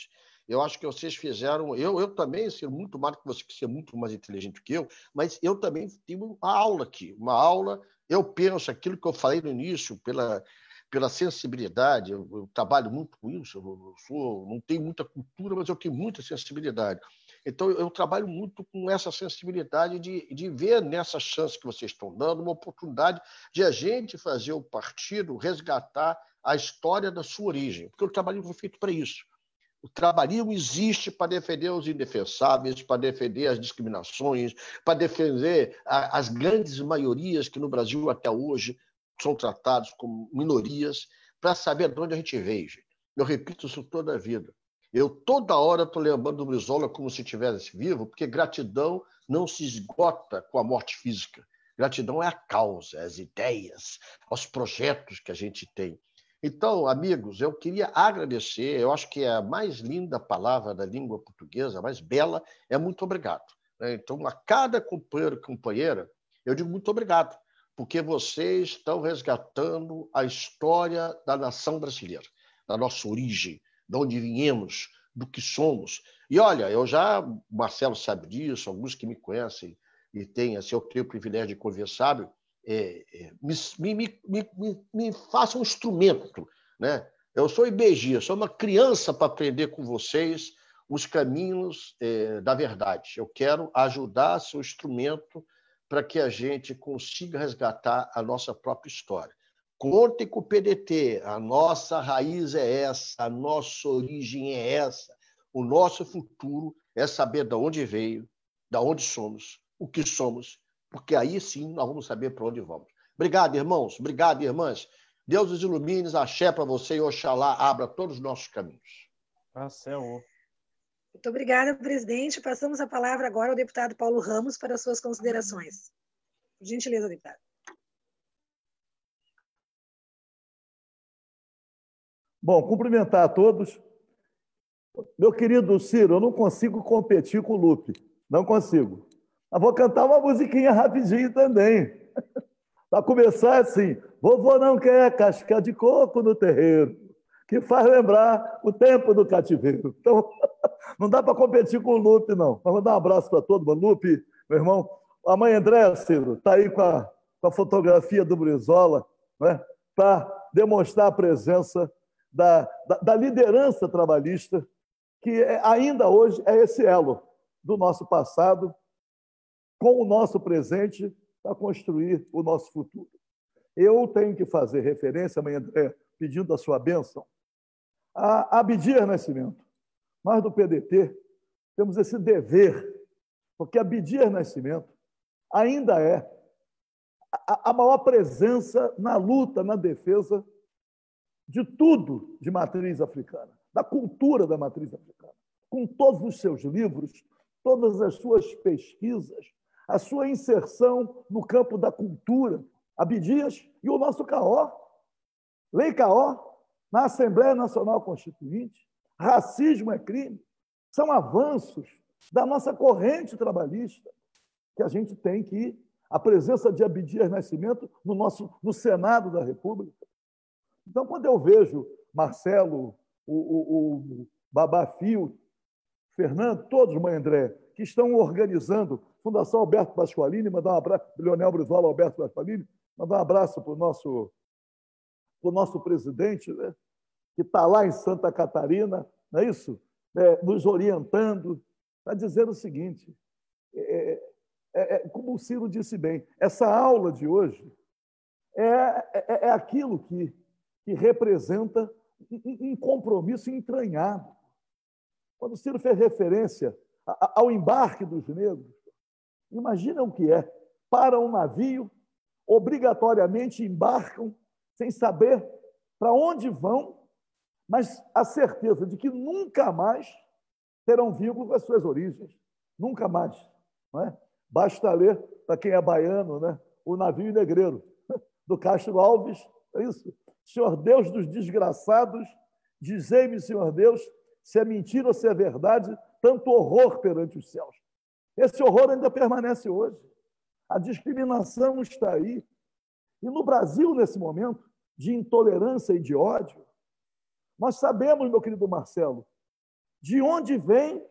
Eu acho que vocês fizeram... Eu também, ser muito mais que você, que ser muito mais inteligente que eu, mas eu também tive uma aula aqui. Uma aula, eu penso aquilo que eu falei no início, pela sensibilidade. Eu trabalho muito com isso, não tenho muita cultura, mas eu tenho muita sensibilidade. Então, eu trabalho muito com essa sensibilidade de ver nessa chance que vocês estão dando uma oportunidade de a gente fazer o partido resgatar a história da sua origem, porque o trabalho foi feito para isso. O trabalhismo existe para defender os indefensáveis, para defender as discriminações, para defender as grandes maiorias que no Brasil até hoje são tratados como minorias, para saber de onde a gente veio. Eu repito isso toda a vida. Eu toda hora estou lembrando do Brizola como se estivesse vivo, porque gratidão não se esgota com a morte física. Gratidão é a causa, as ideias, os projetos que a gente tem. Então, amigos, eu queria agradecer, eu acho que a mais linda palavra da língua portuguesa, a mais bela, é muito obrigado. Então, a cada companheiro e companheira, eu digo muito obrigado, porque vocês estão resgatando a história da nação brasileira, da nossa origem, de onde viemos, do que somos. E olha, o Marcelo sabe disso, alguns que me conhecem e têm, assim, eu tenho o privilégio de conversar, me faça um instrumento, né? Eu sou IBG, sou uma criança para aprender com vocês os caminhos da verdade. Eu quero ajudar seu instrumento para que a gente consiga resgatar a nossa própria história. Contem com o PDT, a nossa raiz é essa, a nossa origem é essa, o nosso futuro é saber de onde veio, de onde somos, o que somos, porque aí sim nós vamos saber para onde vamos. Obrigado, irmãos, obrigado, irmãs. Deus os ilumine, axé para você e Oxalá abra todos os nossos caminhos. Muito obrigada, presidente. Passamos a palavra agora ao deputado Paulo Ramos para as suas considerações. Por gentileza, deputado. Bom, cumprimentar a todos. Meu querido Ciro, eu não consigo competir com o Lupe. Não consigo. Mas vou cantar uma musiquinha rapidinho também. Para começar assim, vovô não quer casca de coco no terreiro, que faz lembrar o tempo do cativeiro. Então, não dá para competir com o Lupe, não. Mas vou dar um abraço para todo mundo. Lupe, meu irmão. A mãe Andréa, Ciro, está aí com a fotografia do Brizola, né, para demonstrar a presença da liderança trabalhista, que ainda hoje é esse elo do nosso passado com o nosso presente para construir o nosso futuro. Eu tenho que fazer referência, mãe André, pedindo a sua bênção, a Abdias Nascimento. Nós do PDT temos esse dever, porque Abdias Nascimento ainda é a maior presença na luta, na defesa de tudo de matriz africana, da cultura da matriz africana, com todos os seus livros, todas as suas pesquisas, a sua inserção no campo da cultura, Abdias e o nosso CAO, Lei CAO, na Assembleia Nacional Constituinte, racismo é crime, são avanços da nossa corrente trabalhista que a gente tem que ir. A presença de Abdias Nascimento no Senado da República. Então, quando eu vejo Marcelo, o Babá Fio, Fernando, todos, mãe André, que estão organizando, Fundação Alberto Pasqualini, mandar um abraço, Leonel Brizola, Alberto Pasqualini, mandar um abraço para o nosso presidente, né, que está lá em Santa Catarina, não é isso? Nos orientando, está dizendo o seguinte, como o Ciro disse bem, essa aula de hoje é aquilo que representa um compromisso entranhado. Quando o Ciro fez referência ao embarque dos negros, imagina o que é. Param um navio, obrigatoriamente embarcam, sem saber para onde vão, mas a certeza de que nunca mais terão vínculo com as suas origens. Nunca mais. Não é? Basta ler, para quem é baiano, né, O Navio Negreiro, do Castro Alves. É isso. Senhor Deus dos desgraçados, dizei-me, Senhor Deus, se é mentira ou se é verdade, tanto horror perante os céus. Esse horror ainda permanece hoje. A discriminação está aí. E no Brasil, nesse momento de intolerância e de ódio, nós sabemos, meu querido Marcelo, De onde vem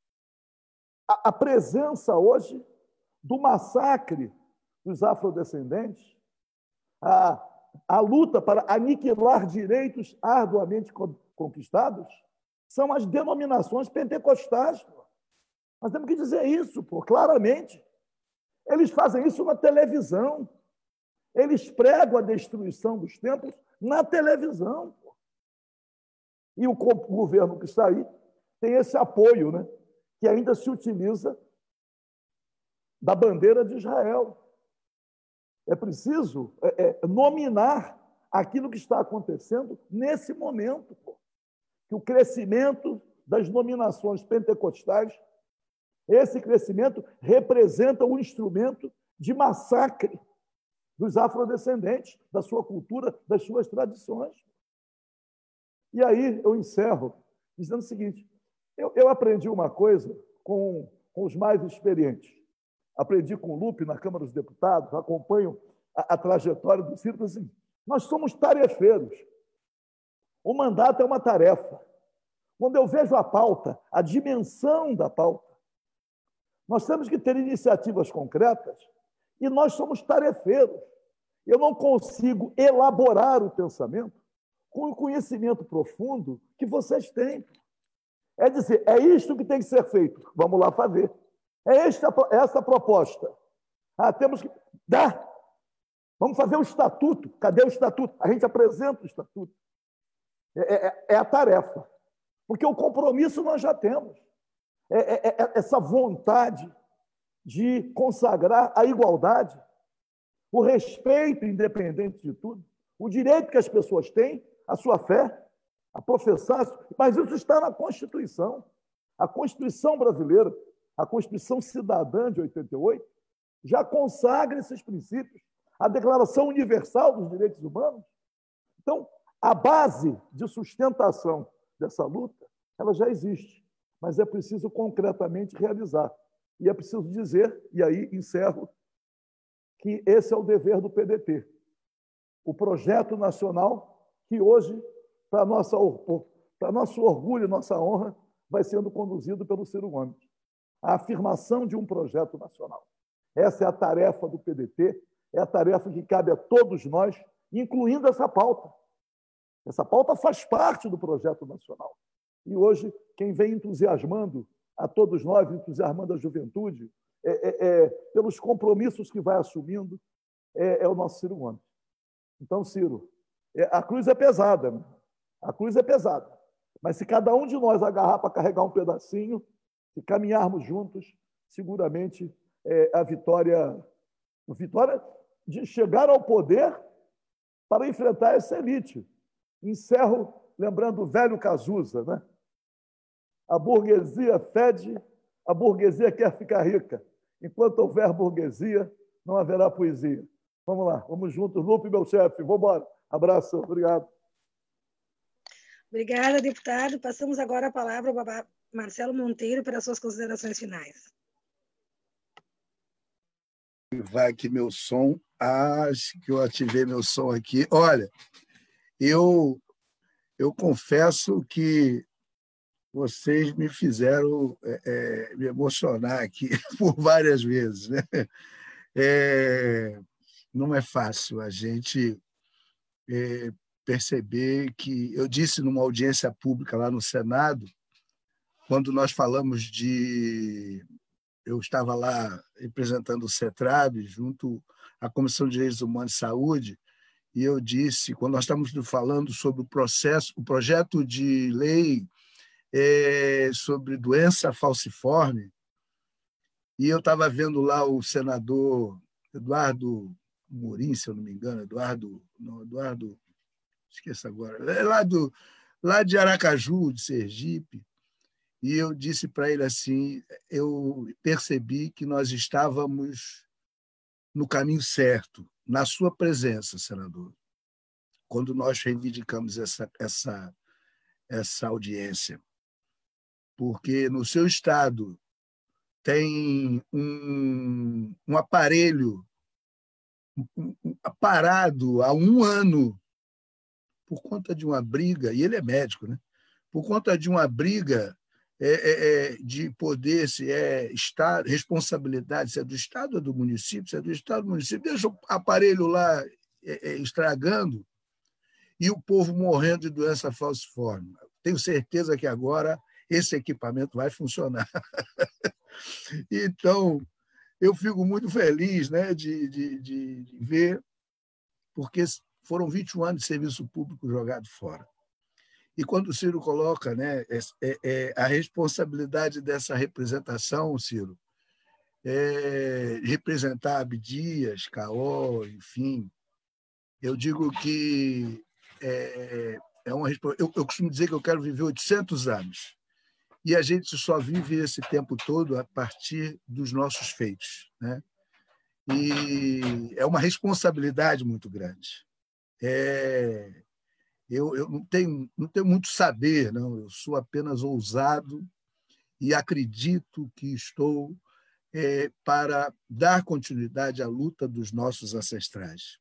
a presença hoje do massacre dos afrodescendentes, a luta para aniquilar direitos arduamente conquistados, são as denominações pentecostais. Nós temos que dizer isso, claramente. Eles fazem isso na televisão. Eles pregam a destruição dos templos na televisão. E o governo que está aí tem esse apoio, né, que ainda se utiliza da bandeira de Israel. É preciso nominar aquilo que está acontecendo nesse momento. Que o crescimento das nominações pentecostais, esse crescimento representa um instrumento de massacre dos afrodescendentes, da sua cultura, das suas tradições. E aí eu encerro dizendo o seguinte: eu aprendi uma coisa com os mais experientes. Aprendi com o Lupe na Câmara dos Deputados, acompanho a trajetória do Ciro, assim, nós somos tarefeiros. O mandato é uma tarefa. Quando eu vejo a pauta, a dimensão da pauta, nós temos que ter iniciativas concretas e nós somos tarefeiros. Eu não consigo elaborar o pensamento com o conhecimento profundo que vocês têm. É dizer, é isto que tem que ser feito. Vamos lá fazer. É essa a proposta. Temos que dar. Vamos fazer o estatuto. Cadê o estatuto? A gente apresenta o estatuto. É a tarefa. Porque o compromisso nós já temos. Essa vontade de consagrar a igualdade, o respeito, independente de tudo, o direito que as pessoas têm, a sua fé, a professar, mas isso está na Constituição. A Constituição brasileira, a Constituição Cidadã de 88, já consagra esses princípios. A Declaração Universal dos Direitos Humanos. Então, a base de sustentação dessa luta, ela já existe, mas é preciso concretamente realizar. E é preciso dizer, e aí encerro, que esse é o dever do PDT. O projeto nacional que hoje, para nosso orgulho e nossa honra, vai sendo conduzido pelo Ciro Gomes. A afirmação de um projeto nacional. Essa é a tarefa do PDT, é a tarefa que cabe a todos nós, incluindo essa pauta. Essa pauta faz parte do projeto nacional. E hoje, quem vem entusiasmando a todos nós, entusiasmando a juventude, pelos compromissos que vai assumindo, é o nosso Ciro Gomes. Então, Ciro, a cruz é pesada, né? A cruz é pesada. Mas se cada um de nós agarrar para carregar um pedacinho e caminharmos juntos, seguramente a vitória de chegar ao poder para enfrentar essa elite. Encerro lembrando o velho Cazuza, né? A burguesia fede, a burguesia quer ficar rica. Enquanto houver burguesia, não haverá poesia. Vamos lá, vamos juntos. Lupe, meu chefe, vamos embora. Abraço, obrigado. Obrigada, deputado. Passamos agora a palavra ao Marcelo Monteiro para as suas considerações finais. Vai aqui meu som. Acho que eu ativei meu som aqui. Olha, eu confesso que vocês me fizeram me emocionar aqui por várias vezes, né? Não é fácil a gente perceber que... Eu disse numa audiência pública lá no Senado, quando nós falamos de... Eu estava lá representando o CETRAB, junto à Comissão de Direitos Humanos e Saúde, e eu disse, quando nós estávamos falando sobre o projeto de lei sobre doença falciforme, e eu estava vendo lá o senador Eduardo Morim, se eu não me engano, Eduardo, esqueça agora, lá de Aracaju, de Sergipe, e eu disse para ele assim, eu percebi que nós estávamos no caminho certo, na sua presença, senador, quando nós reivindicamos essa audiência. Porque no seu estado tem um aparelho parado há 1 ano por conta de uma briga, e ele é médico, né? Por conta de uma briga de poder, se é Estado, responsabilidade, se é do Estado ou do município, se é do Estado ou do município, deixa o aparelho lá estragando e o povo morrendo de doença falciforme. Tenho certeza que agora esse equipamento vai funcionar. Então, eu fico muito feliz, né, de ver, porque foram 21 anos de serviço público jogado fora. E quando o Ciro coloca, né, a responsabilidade dessa representação, Ciro, representar Abdias, Caó, enfim, eu digo que eu costumo dizer que eu quero viver 800 anos. E a gente só vive esse tempo todo a partir dos nossos feitos, né? E é uma responsabilidade muito grande. Eu não tenho muito saber, não. Eu sou apenas ousado e acredito que estou para dar continuidade à luta dos nossos ancestrais.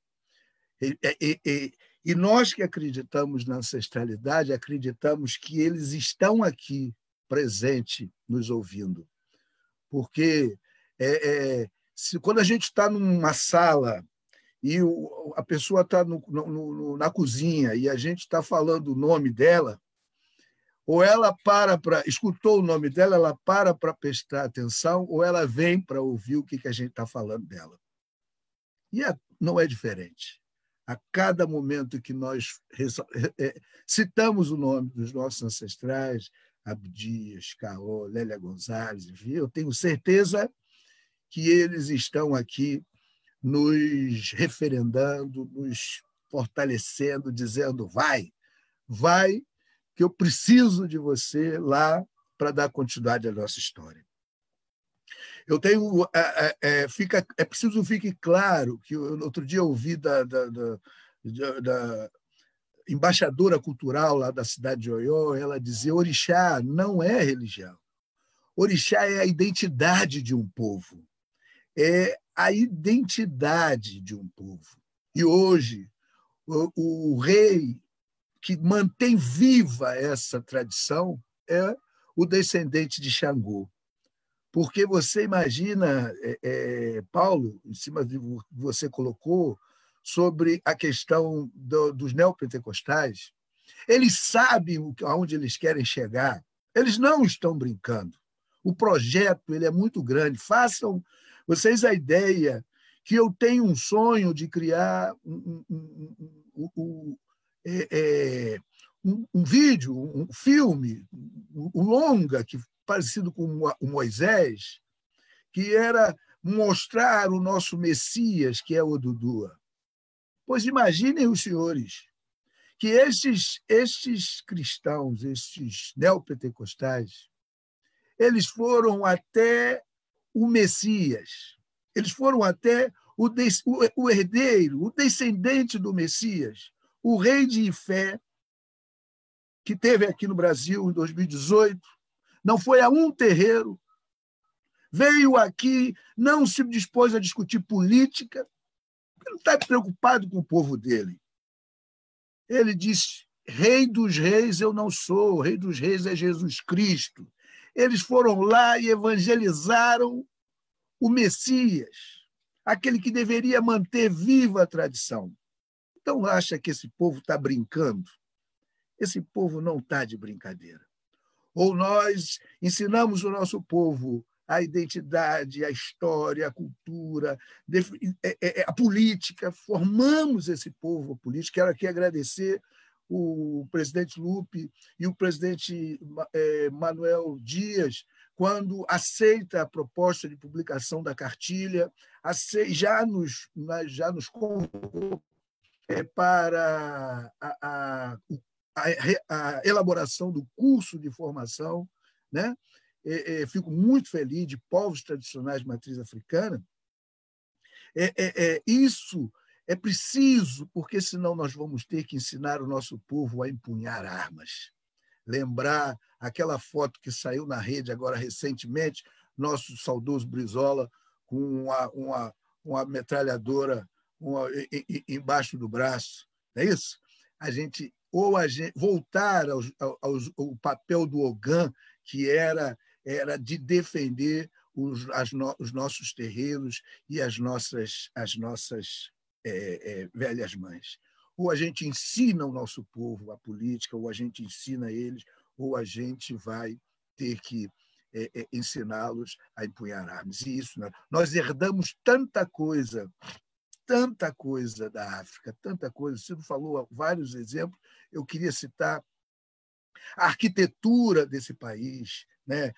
E nós que acreditamos na ancestralidade, acreditamos que eles estão aqui, presente, nos ouvindo. Porque quando a gente está numa sala e a pessoa está na cozinha e a gente está falando o nome dela, ou ela escutou o nome dela, ela para prestar atenção, ou ela vem para ouvir o que a gente está falando dela. E não é diferente. A cada momento que nós citamos o nome dos nossos ancestrais, Abdias, Caó, Lélia Gonzalez, eu tenho certeza que eles estão aqui nos referendando, nos fortalecendo, dizendo vai, que eu preciso de você lá para dar continuidade à nossa história. Eu tenho, é preciso fique claro que outro dia eu ouvi da embaixadora cultural lá da cidade de Oió, ela dizia: orixá não é religião. Orixá é a identidade de um povo. É a identidade de um povo. E hoje, o rei que mantém viva essa tradição é o descendente de Xangô. Porque você imagina, Paulo, em cima de você colocou, sobre a questão dos neopentecostais, eles sabem aonde eles querem chegar, eles não estão brincando. O projeto ele é muito grande. Façam vocês a ideia que eu tenho um sonho de criar um vídeo, um filme, um longa, parecido com o Moisés, que era mostrar o nosso Messias, que é o Odudua. Pois imaginem os senhores que estes cristãos, estes neopentecostais, eles foram até o Messias, eles foram até o herdeiro, o descendente do Messias, o rei de Ifé, que teve aqui no Brasil em 2018, não foi a um terreiro, veio aqui, não se dispôs a discutir política, ele não está preocupado com o povo dele. Ele diz: Rei dos reis eu não sou, o Rei dos reis é Jesus Cristo. Eles foram lá e evangelizaram o Messias, aquele que deveria manter viva a tradição. Então, acha que esse povo está brincando? Esse povo não está de brincadeira. Ou nós ensinamos o nosso povo a identidade, a história, a cultura, a política, formamos esse povo político. Quero aqui agradecer o presidente Lupe e o presidente Manuel Dias, quando aceita a proposta de publicação da cartilha, já nos convocou para a elaboração do curso de formação, né? Fico muito feliz de povos tradicionais de matriz africana. Isso é preciso, porque senão nós vamos ter que ensinar o nosso povo a empunhar armas. Lembrar aquela foto que saiu na rede agora recentemente, nosso saudoso Brizola com uma metralhadora embaixo do braço. Não é isso? Voltar ao papel do Ogan, que era de defender os nossos terreiros e as nossas velhas mães. Ou a gente ensina o nosso povo a política, ou a gente ensina eles, ou a gente vai ter que ensiná-los a empunhar armas. E isso, né? Nós herdamos tanta coisa da África, tanta coisa. O Ciro falou vários exemplos, eu queria citar a arquitetura desse país, né?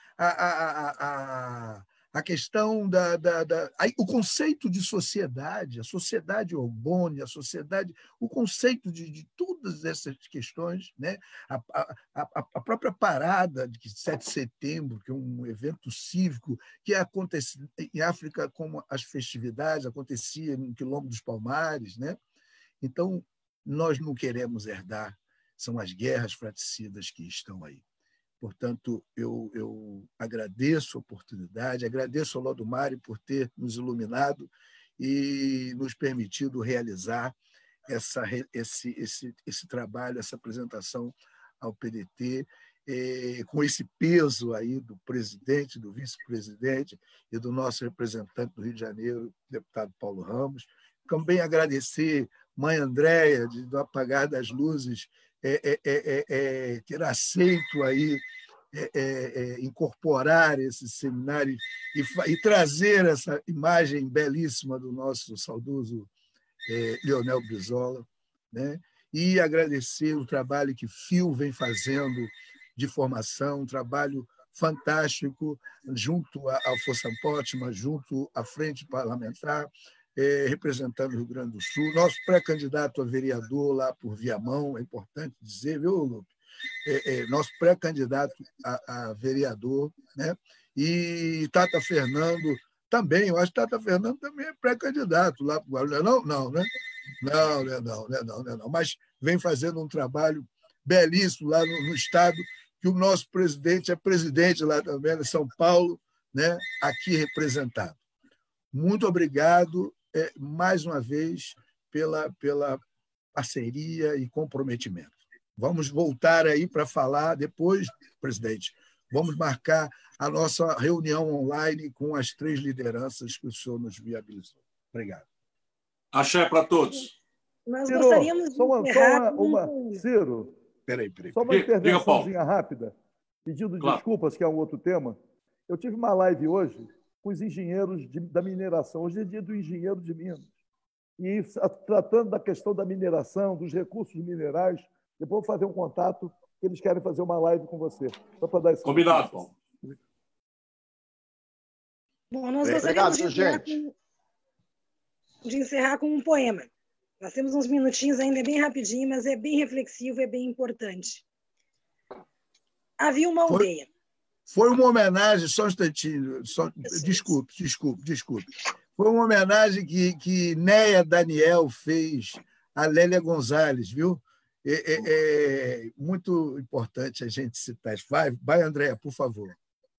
A questão o conceito de sociedade, a sociedade urbana, o conceito de todas essas questões, né? A própria parada de 7 de setembro, que é um evento cívico que acontece em África, como as festividades aconteciam no Quilombo dos Palmares, né? Então, nós não queremos herdar, são as guerras fratricidas que estão aí. Portanto, eu agradeço a oportunidade, agradeço ao Lodomari por ter nos iluminado e nos permitido realizar esse trabalho, essa apresentação ao PDT, com esse peso aí do presidente, do vice-presidente e do nosso representante do Rio de Janeiro, deputado Paulo Ramos. Também agradecer mãe Andréia, do Apagar das Luzes, ter aceito aí incorporar esse seminário e trazer essa imagem belíssima do nosso saudoso Leonel Brizola, né? E agradecer o trabalho que Fio vem fazendo de formação, um trabalho fantástico junto ao Força Pótima, junto à Frente Parlamentar, representando o Rio Grande do Sul. Nosso pré-candidato a vereador lá por Viamão, é importante dizer, viu, Lupe? Nosso pré-candidato a vereador, né? E Tata Fernando também, eu acho que Tata Fernando também é pré-candidato lá para o Guarulhos. Não, né? Não. Mas vem fazendo um trabalho belíssimo lá no Estado, que o nosso presidente é presidente lá também, em São Paulo, né? Aqui representado. Muito obrigado, mais uma vez, pela parceria e comprometimento. Vamos voltar aí para falar depois, presidente. Vamos marcar a nossa reunião online com as 3 lideranças que o senhor nos viabilizou. Obrigado. Axé para todos. Nós gostaríamos de encerrar Ciro, peraí. Só uma intervençãozinha rápida, pedindo desculpas, que é um outro tema. Eu tive uma live hoje com os engenheiros da mineração. Hoje é dia do engenheiro de Minas. E tratando da questão da mineração, dos recursos minerais, depois eu vou fazer um contato, que eles querem fazer uma live com você. Só para dar esse combinado, Paulo. Bom, nós gostaríamos de encerrar com um poema. Nós temos uns minutinhos ainda, é bem rapidinho, mas é bem reflexivo, é bem importante. Havia uma aldeia. Foi uma homenagem, só um instantinho, desculpe. Foi uma homenagem que Néia Daniel fez a Lélia Gonzalez, viu? É muito importante a gente citar isso. Vai, Andréa, por favor.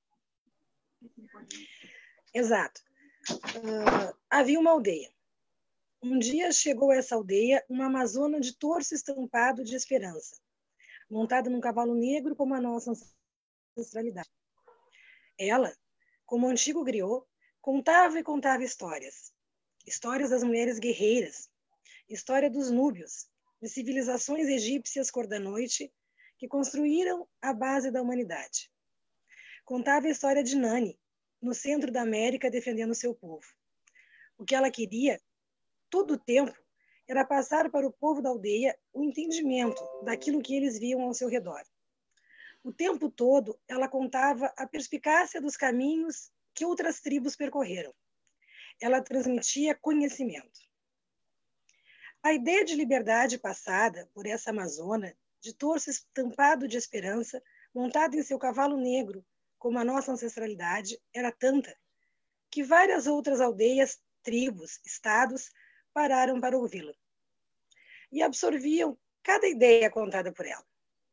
Exato. Havia uma aldeia. Um dia chegou a essa aldeia uma amazona de torso estampado de esperança, montada num cavalo negro como a nossa ancestralidade. Ela, como antigo griot, contava e contava histórias. Histórias das mulheres guerreiras, história dos núbios, de civilizações egípcias cor da noite que construíram a base da humanidade. Contava a história de Nani, no centro da América, defendendo seu povo. O que ela queria, todo o tempo, era passar para o povo da aldeia o entendimento daquilo que eles viam ao seu redor. O tempo todo, ela contava a perspicácia dos caminhos que outras tribos percorreram. Ela transmitia conhecimento. A ideia de liberdade passada por essa amazona, de torso estampado de esperança, montada em seu cavalo negro, como a nossa ancestralidade, era tanta que várias outras aldeias, tribos, estados pararam para ouvi-la e absorviam cada ideia contada por ela.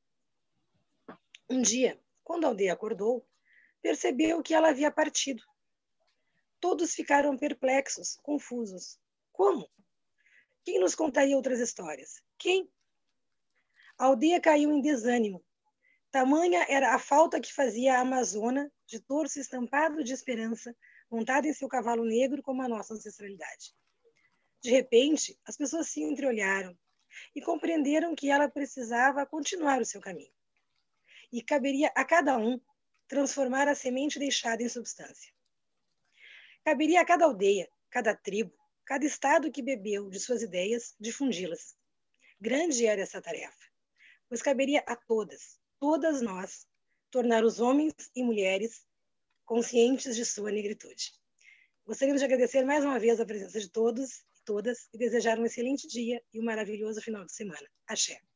Um dia, quando a aldeia acordou, percebeu que ela havia partido. Todos ficaram perplexos, confusos. Como? Quem nos contaria outras histórias? Quem? A aldeia caiu em desânimo. Tamanha era a falta que fazia a amazona de torso estampado de esperança, montada em seu cavalo negro como a nossa ancestralidade. De repente, as pessoas se entreolharam e compreenderam que ela precisava continuar o seu caminho. E caberia a cada um transformar a semente deixada em substância. Caberia a cada aldeia, cada tribo, cada estado que bebeu de suas ideias, difundi-las. Grande era essa tarefa, pois caberia a todas, todas nós, tornar os homens e mulheres conscientes de sua negritude. Gostaríamos de agradecer mais uma vez a presença de todos e todas e desejar um excelente dia e um maravilhoso final de semana. Axé.